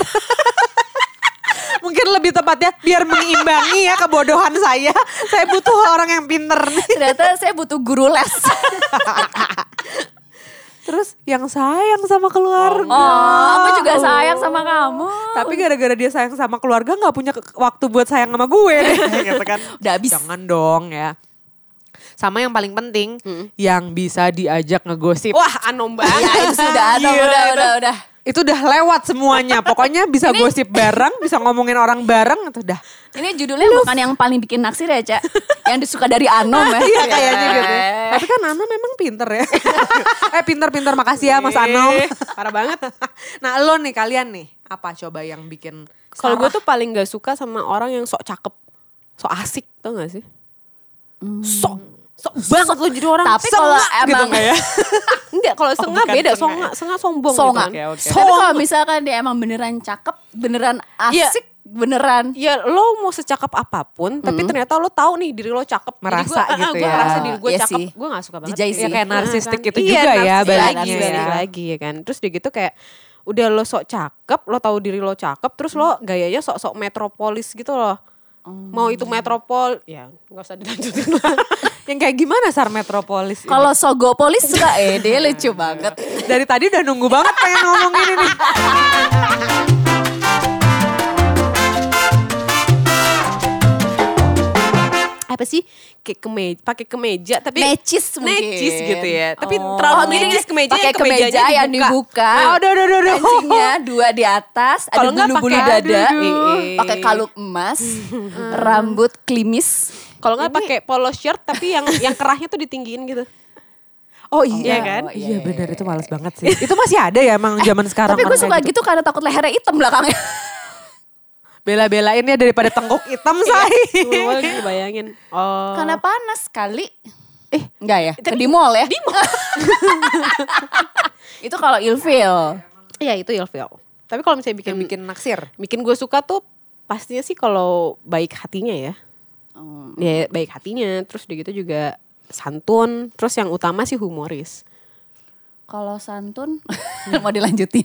[SPEAKER 1] Mungkin lebih tepatnya biar mengimbangi ya kebodohan saya. Saya butuh orang yang pintar.
[SPEAKER 3] Ternyata saya butuh guru les.
[SPEAKER 1] Terus yang sayang sama keluarga.
[SPEAKER 3] Oh, aku juga sayang sama kamu.
[SPEAKER 1] Tapi gara-gara dia sayang sama keluarga gak punya waktu buat sayang sama gue. Gitu kan.
[SPEAKER 3] Udah habis.
[SPEAKER 1] Jangan dong ya. Sama yang paling penting, hmm. yang bisa diajak ngegosip.
[SPEAKER 2] Wah anom banget.
[SPEAKER 3] Ya itu sudah, Anom, yeah, udah, udah, udah.
[SPEAKER 1] Itu udah lewat semuanya. Pokoknya bisa ini, gosip bareng, bisa ngomongin orang bareng, itu udah.
[SPEAKER 3] Ini judulnya Luf. Bukan yang paling bikin naksir ya, Cak. Yang disuka dari Anom ya.
[SPEAKER 1] Iya kayaknya gitu. Tapi kan Anom memang pinter ya. eh pinter-pinter, makasih ya Mas Anom.
[SPEAKER 2] Parah banget.
[SPEAKER 1] Nah lo nih, kalian nih, apa coba yang bikin
[SPEAKER 2] kalau gue tuh paling gak suka sama orang yang sok cakep, sok asik, tau gak sih? Hmm. Sok sok banget lo jadi orang.
[SPEAKER 3] Tapi kalau emang
[SPEAKER 2] gitu ya. Enggak, kalau oh, sengah beda, sengah sengah sombong
[SPEAKER 3] songa.
[SPEAKER 2] gitu. Okay, okay.
[SPEAKER 3] Tapi kalau misalkan dia emang beneran cakep, beneran asik, ya, beneran.
[SPEAKER 2] Ya lo mau secakep apapun, mm-hmm. tapi ternyata lo tahu nih diri lo cakep.
[SPEAKER 1] Merasa
[SPEAKER 2] gua,
[SPEAKER 1] gitu
[SPEAKER 2] uh,
[SPEAKER 1] ya.
[SPEAKER 2] Gue merasa diri gue
[SPEAKER 3] iya
[SPEAKER 2] cakep,
[SPEAKER 3] sih.
[SPEAKER 2] gue gak suka banget.
[SPEAKER 1] Jijai sih. Ya kayak narsistik
[SPEAKER 2] kan?
[SPEAKER 1] itu iya, juga ya baliknya
[SPEAKER 2] lagi,
[SPEAKER 1] ya.
[SPEAKER 2] lagi ya kan. Terus dia gitu kayak udah lo sok cakep, lo tahu diri lo cakep, terus lo gayanya sok-sok metropolis gitu loh. Hmm. Mau itu metropol, ya gak usah dilanjutin lah.
[SPEAKER 1] Yang kayak gimana Sar metropolis?
[SPEAKER 3] Kalau Sogopolis suka ede lucu banget.
[SPEAKER 1] Dari tadi udah nunggu banget pengen ngomongin ini.
[SPEAKER 2] Apa sih? Kayak kemeja, pakai kemeja tapi
[SPEAKER 3] necis mungkin.
[SPEAKER 2] Necis gitu ya. Tapi
[SPEAKER 3] oh.
[SPEAKER 2] terlalu
[SPEAKER 3] oh,
[SPEAKER 2] necis kemeja
[SPEAKER 3] pakai kemeja yang dibuka.
[SPEAKER 1] Oh, aduh, aduh, aduh.
[SPEAKER 3] Kancingnya dua di atas, ada bulu-bulu dada, pakai kalung emas, rambut klimis.
[SPEAKER 2] Kalau nggak pakai polo shirt tapi yang yang kerahnya tuh ditinggiin gitu.
[SPEAKER 1] Oh iya,
[SPEAKER 2] iya kan?
[SPEAKER 1] Oh, iya, iya benar, itu males banget sih. Itu masih ada ya emang zaman sekarang.
[SPEAKER 3] Tapi gue suka gitu. gitu karena takut lehernya hitam belakangnya.
[SPEAKER 1] Bela-belain ya daripada tengkuk hitam say.
[SPEAKER 2] Gue bayangin.
[SPEAKER 3] Oh. Karena panas kali. Eh enggak ya? Itu di mall ya?
[SPEAKER 2] Di mall.
[SPEAKER 3] Itu kalau ilfil.
[SPEAKER 2] Iya itu ilfil. Tapi kalau misalnya bikin
[SPEAKER 1] bikin naksir,
[SPEAKER 2] bikin gue suka tuh pastinya sih kalau baik hatinya ya. Hmm. Ya baik hatinya, terus dia gitu juga santun, terus yang utama sih humoris.
[SPEAKER 3] Kalau santun mau dilanjutin.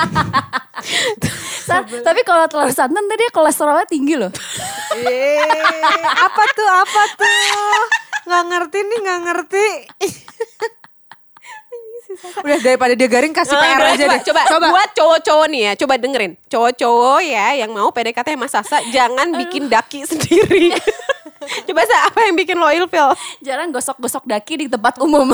[SPEAKER 3] Sa- tapi kalau terlalu santun tadi kolesterolnya tinggi loh.
[SPEAKER 1] Eee, apa tuh apa tuh? Nggak ngerti nih nggak ngerti. Udah daripada dia garing kasih P R
[SPEAKER 2] nah,
[SPEAKER 1] aja
[SPEAKER 2] coba,
[SPEAKER 1] deh.
[SPEAKER 2] Coba, coba buat cowok-cowok nih ya, coba dengerin. Cowok-cowok ya yang mau P D K T sama Sasa jangan bikin daki sendiri. Coba Sa, apa yang bikin lo ilfil?
[SPEAKER 3] Jarang gosok-gosok daki di tempat umum.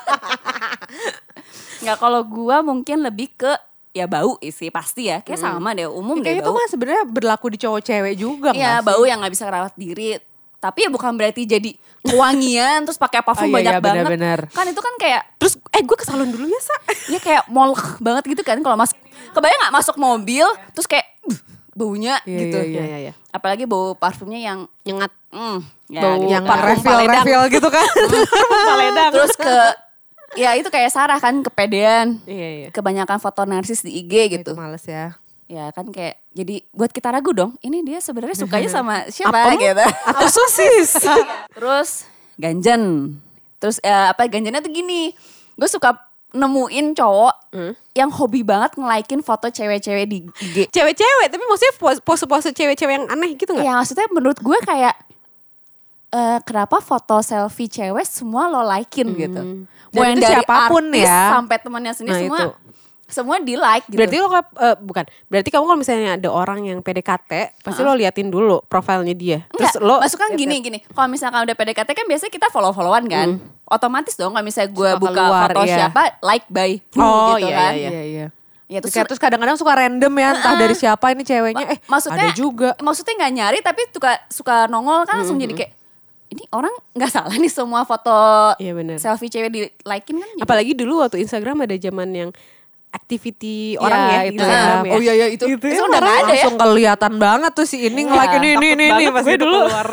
[SPEAKER 3] Nggak, kalau gua mungkin lebih ke ya bau sih pasti ya. Kayak hmm. sama deh umum
[SPEAKER 1] ya,
[SPEAKER 3] deh
[SPEAKER 1] kayak
[SPEAKER 3] bau.
[SPEAKER 1] itu mah sebenarnya berlaku di cowok cewek juga.
[SPEAKER 3] Iya bau yang nggak bisa rawat diri. tapi ya bukan berarti jadi kewangian terus pakai parfum
[SPEAKER 1] Oh, iya,
[SPEAKER 3] banyak
[SPEAKER 1] iya,
[SPEAKER 3] banget.
[SPEAKER 1] benar-benar.
[SPEAKER 3] Kan itu kan kayak
[SPEAKER 2] Terus eh gue ke salon dulu ya Sa.
[SPEAKER 3] ya kayak molek banget gitu kan kalau masuk. Kebayang gak masuk mobil terus kayak uh, baunya
[SPEAKER 1] Iya,
[SPEAKER 3] gitu.
[SPEAKER 1] iya,
[SPEAKER 2] Iya iya iya.
[SPEAKER 3] Apalagi bau parfumnya yang
[SPEAKER 2] Nyengat.
[SPEAKER 3] mm, ya,
[SPEAKER 2] Bau
[SPEAKER 3] gitu
[SPEAKER 1] Yang
[SPEAKER 3] kan.
[SPEAKER 2] parfum
[SPEAKER 1] refill
[SPEAKER 2] Paledang.
[SPEAKER 1] refill gitu kan.
[SPEAKER 2] Paledang.
[SPEAKER 3] Terus ke ya itu kayak Sarah kan kepedean.
[SPEAKER 2] Iya iya.
[SPEAKER 3] Kebanyakan foto narsis di I G gitu.
[SPEAKER 1] Itu males ya.
[SPEAKER 3] Ya kan kayak jadi buat kita ragu dong. Ini dia sebenarnya sukanya sama siapa
[SPEAKER 1] Apem
[SPEAKER 3] gitu.
[SPEAKER 1] atau sosis?
[SPEAKER 3] Terus ganjen. Terus eh, apa ganjennya tuh gini. Gue suka nemuin cowok
[SPEAKER 2] Hmm.
[SPEAKER 3] yang hobi banget nge-like-in foto cewek-cewek di I G.
[SPEAKER 2] Cewek-cewek tapi maksudnya pos- pose-pose cewek-cewek yang aneh gitu gak?
[SPEAKER 3] Ya maksudnya menurut gue kayak eh kenapa foto selfie cewek semua lo like-in gitu. Mau
[SPEAKER 1] Dan
[SPEAKER 3] yang
[SPEAKER 1] itu
[SPEAKER 3] dari
[SPEAKER 1] siapapun
[SPEAKER 3] artis
[SPEAKER 1] ya.
[SPEAKER 3] sampai temannya sendiri
[SPEAKER 1] Nah,
[SPEAKER 3] semua
[SPEAKER 1] itu.
[SPEAKER 3] semua di like gitu.
[SPEAKER 2] Berarti lo kap- eh, bukan. Berarti kamu kalau misalnya ada orang yang P D K T, pasti lo liatin dulu profilnya dia. Terus
[SPEAKER 3] Enggak,
[SPEAKER 2] lo
[SPEAKER 3] maksud kan gini gini. Kalau misalkan udah P D K T kan biasanya kita follow-followan kan. Otomatis dong kalau misalnya gue
[SPEAKER 2] Suka
[SPEAKER 3] buka
[SPEAKER 2] keluar,
[SPEAKER 3] foto
[SPEAKER 2] iya.
[SPEAKER 3] siapa like by who
[SPEAKER 2] Oh,
[SPEAKER 3] gitu
[SPEAKER 2] iya,
[SPEAKER 3] kan.
[SPEAKER 2] iya,
[SPEAKER 1] Iya iya.
[SPEAKER 3] Ya terus,
[SPEAKER 1] Terus, terus kadang-kadang suka random ya, entah dari siapa ini ceweknya. Eh
[SPEAKER 3] maksudnya
[SPEAKER 1] ada juga.
[SPEAKER 3] maksudnya nggak nyari tapi suka suka nongol kan langsung jadi kayak ini orang nggak salah nih semua foto
[SPEAKER 2] Iya, benar.
[SPEAKER 3] selfie cewek di like-in kan. jadi-
[SPEAKER 2] apalagi dulu waktu Instagram ada zaman yang activity orang
[SPEAKER 3] Iya,
[SPEAKER 2] ya
[SPEAKER 3] itu
[SPEAKER 2] Instagram
[SPEAKER 3] ya.
[SPEAKER 2] ya.
[SPEAKER 3] Oh iya iya itu.
[SPEAKER 1] Itu
[SPEAKER 3] Itu
[SPEAKER 1] ya,
[SPEAKER 3] udah nggak ada ya.
[SPEAKER 1] langsung kelihatan banget tuh si ini nge-like ini ini ini ini pas
[SPEAKER 2] gue
[SPEAKER 1] itu
[SPEAKER 2] dulu
[SPEAKER 1] keluar.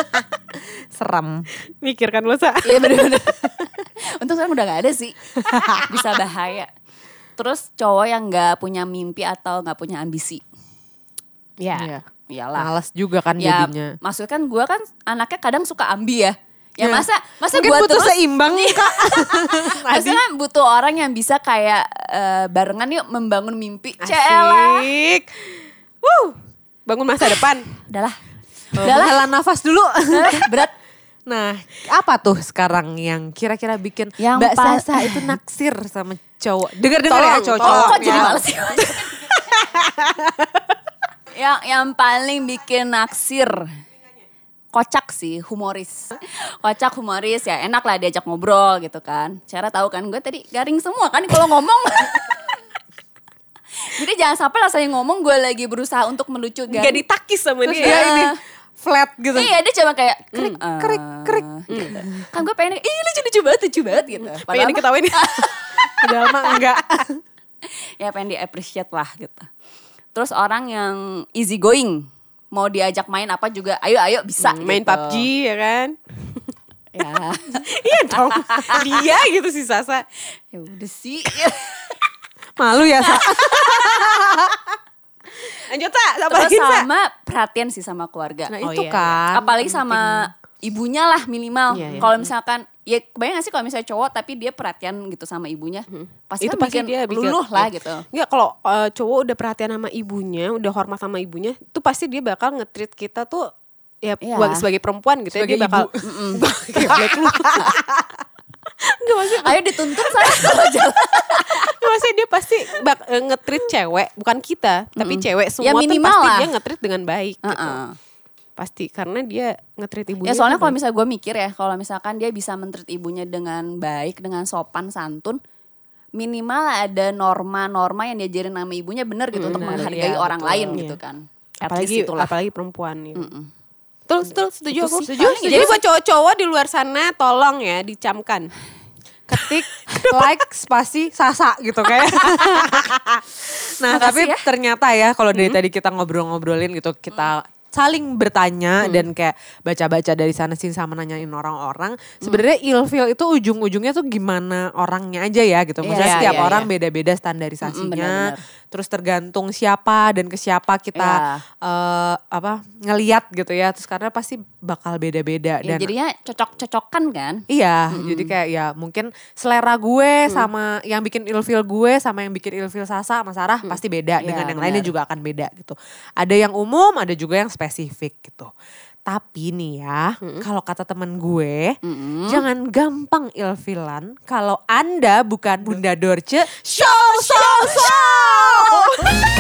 [SPEAKER 1] Seram.
[SPEAKER 2] Mikir kan lo Sa.
[SPEAKER 3] Iya bener-bener. Untung sekarang udah gak ada sih. Bisa bahaya. Terus cowok yang gak punya mimpi atau gak punya ambisi.
[SPEAKER 2] Ya.
[SPEAKER 1] Iya.
[SPEAKER 3] Iyalah.
[SPEAKER 1] Males juga kan
[SPEAKER 3] Ya
[SPEAKER 1] jadinya.
[SPEAKER 3] maksudnya kan gue kan anaknya kadang suka ambi ya. Ya
[SPEAKER 1] Ya.
[SPEAKER 3] masa masa
[SPEAKER 1] Mungkin
[SPEAKER 3] gue
[SPEAKER 1] butuh
[SPEAKER 3] terus
[SPEAKER 1] seimbang Kak.
[SPEAKER 3] Maksudnya kan butuh orang yang bisa kayak eh, barengan yuk membangun mimpi. Celah.
[SPEAKER 2] Asik. Wuh. Bangun masa depan.
[SPEAKER 3] Udahlah.
[SPEAKER 1] Udahlah, hela nafas dulu.
[SPEAKER 3] Udahlah, berat.
[SPEAKER 1] Nah, apa tuh sekarang yang kira-kira bikin
[SPEAKER 3] Yang
[SPEAKER 1] Mbak
[SPEAKER 3] pa-
[SPEAKER 1] Sasa itu naksir sama cowok? Dengar-dengar ya
[SPEAKER 2] Tolong,
[SPEAKER 1] cowok-cowok.
[SPEAKER 3] Oh, kok
[SPEAKER 1] ya.
[SPEAKER 3] jadi males sih? yang yang paling bikin naksir kocak sih, humoris. Kocak humoris ya enak lah diajak ngobrol gitu kan. Cara tahu kan gue tadi garing semua kan kalau ngomong. Jadi jangan sampai rasanya ngomong gue lagi berusaha untuk melucu
[SPEAKER 2] Gak
[SPEAKER 3] garing.
[SPEAKER 2] ditakis sama
[SPEAKER 1] Terus
[SPEAKER 2] dia.
[SPEAKER 1] dia
[SPEAKER 3] Iya.
[SPEAKER 1] ini flat gitu.
[SPEAKER 3] Iya dia cuma kayak krik
[SPEAKER 1] Hmm, krik, krik.
[SPEAKER 3] gitu. Kan gue pengen, ih lucu lucu banget, lucu banget gitu.
[SPEAKER 2] Pengen
[SPEAKER 3] Padahal mah-
[SPEAKER 2] diketawain.
[SPEAKER 1] Padahal mah enggak.
[SPEAKER 3] ya pengen di appreciate lah gitu. Terus orang yang easy going, mau diajak main apa juga, ayo ayo bisa.
[SPEAKER 2] Hmm, main
[SPEAKER 3] gitu.
[SPEAKER 2] P U B G ya kan.
[SPEAKER 3] Ya,
[SPEAKER 2] Iya dong. Dia gitu si Sasa.
[SPEAKER 3] ya udah sih.
[SPEAKER 1] Malu ya, Sa.
[SPEAKER 2] Lanjut Sa, apa
[SPEAKER 3] Terus
[SPEAKER 2] lagi Sa?
[SPEAKER 3] sama perhatian sih sama keluarga.
[SPEAKER 1] Nah,
[SPEAKER 2] Oh,
[SPEAKER 1] itu
[SPEAKER 2] iya,
[SPEAKER 1] kan.
[SPEAKER 3] Apalagi sama ibunya lah minimal.
[SPEAKER 2] Iya, iya.
[SPEAKER 3] Kalau misalkan, ya kebayang gak sih kalau misalnya cowok tapi dia perhatian gitu sama ibunya. Pasti
[SPEAKER 2] Itu
[SPEAKER 3] kan
[SPEAKER 2] pasti
[SPEAKER 3] bikin
[SPEAKER 2] dia bikin-
[SPEAKER 3] luluh lah
[SPEAKER 2] iya.
[SPEAKER 3] gitu.
[SPEAKER 2] Enggak, kalau eh, cowok udah perhatian sama ibunya, udah hormat sama ibunya, itu pasti dia bakal nge-treat kita tuh ya
[SPEAKER 3] Iya.
[SPEAKER 2] buat- sebagai perempuan gitu
[SPEAKER 1] Sebagai
[SPEAKER 2] ya, dia bakal Geblek lu. Enggak maksudnya,
[SPEAKER 3] Ayo dituntut saya kalau jalan.
[SPEAKER 2] maksudnya dia pasti bak, eh, nge-treat cewek, bukan kita, tapi cewek semua
[SPEAKER 3] Ya,
[SPEAKER 2] tuh
[SPEAKER 3] minimal
[SPEAKER 2] pasti
[SPEAKER 3] lah.
[SPEAKER 2] dia nge-treat dengan baik gitu.
[SPEAKER 3] Heeh.
[SPEAKER 2] Pasti karena dia nge-treat ibunya.
[SPEAKER 3] Ya soalnya
[SPEAKER 2] tuh
[SPEAKER 3] kalau
[SPEAKER 2] baik.
[SPEAKER 3] misalnya gue mikir ya, kalau misalkan dia bisa mentreat ibunya dengan baik, dengan sopan santun, minimal ada norma-norma yang diajarin sama ibunya bener gitu untuk
[SPEAKER 2] benar,
[SPEAKER 3] menghargai
[SPEAKER 2] iya,
[SPEAKER 3] orang
[SPEAKER 2] betul.
[SPEAKER 3] lain
[SPEAKER 2] Iya.
[SPEAKER 3] gitu kan. At
[SPEAKER 2] apalagi
[SPEAKER 3] least itulah.
[SPEAKER 2] apalagi perempuan gitu. Betul, betul, setuju
[SPEAKER 3] Itu
[SPEAKER 2] aku.
[SPEAKER 3] sih,
[SPEAKER 2] Setuju.
[SPEAKER 3] paling
[SPEAKER 2] Jadi
[SPEAKER 3] gitu
[SPEAKER 2] buat cowok-cowok di luar sana tolong ya dicamkan.
[SPEAKER 1] Ketik like spasi Sasa gitu kayak. Nah,
[SPEAKER 3] Makasih
[SPEAKER 1] tapi
[SPEAKER 3] ya.
[SPEAKER 1] ternyata ya kalau dari tadi kita ngobrol-ngobrolin gitu, kita saling bertanya dan kayak baca-baca dari sana sini sama nanyain orang-orang. Sebenarnya ilfeel itu ujung-ujungnya tuh gimana orangnya aja ya gitu. Maksudnya
[SPEAKER 3] Iya,
[SPEAKER 1] setiap
[SPEAKER 3] iya,
[SPEAKER 1] orang
[SPEAKER 3] iya.
[SPEAKER 1] beda-beda standarisasinya.
[SPEAKER 3] benar-benar.
[SPEAKER 1] Terus tergantung siapa dan ke siapa kita
[SPEAKER 3] Iya.
[SPEAKER 1] eh, apa ngeliat gitu ya. Terus karena pasti bakal beda-beda
[SPEAKER 3] Ya,
[SPEAKER 1] dan
[SPEAKER 3] jadinya cocok-cocokan kan.
[SPEAKER 1] iya, jadi kayak ya mungkin selera gue sama yang bikin ilfeel gue sama yang bikin ilfeel Sasa sama Sarah pasti beda.
[SPEAKER 3] Iya,
[SPEAKER 1] Dengan yang
[SPEAKER 3] benar.
[SPEAKER 1] lainnya juga akan beda gitu. Ada yang umum, ada juga yang spesifik gitu. Tapi nih ya, kalau kata temen gue, jangan gampang ilfeelan kalau Anda bukan Bunda Dorce. Show, show, show!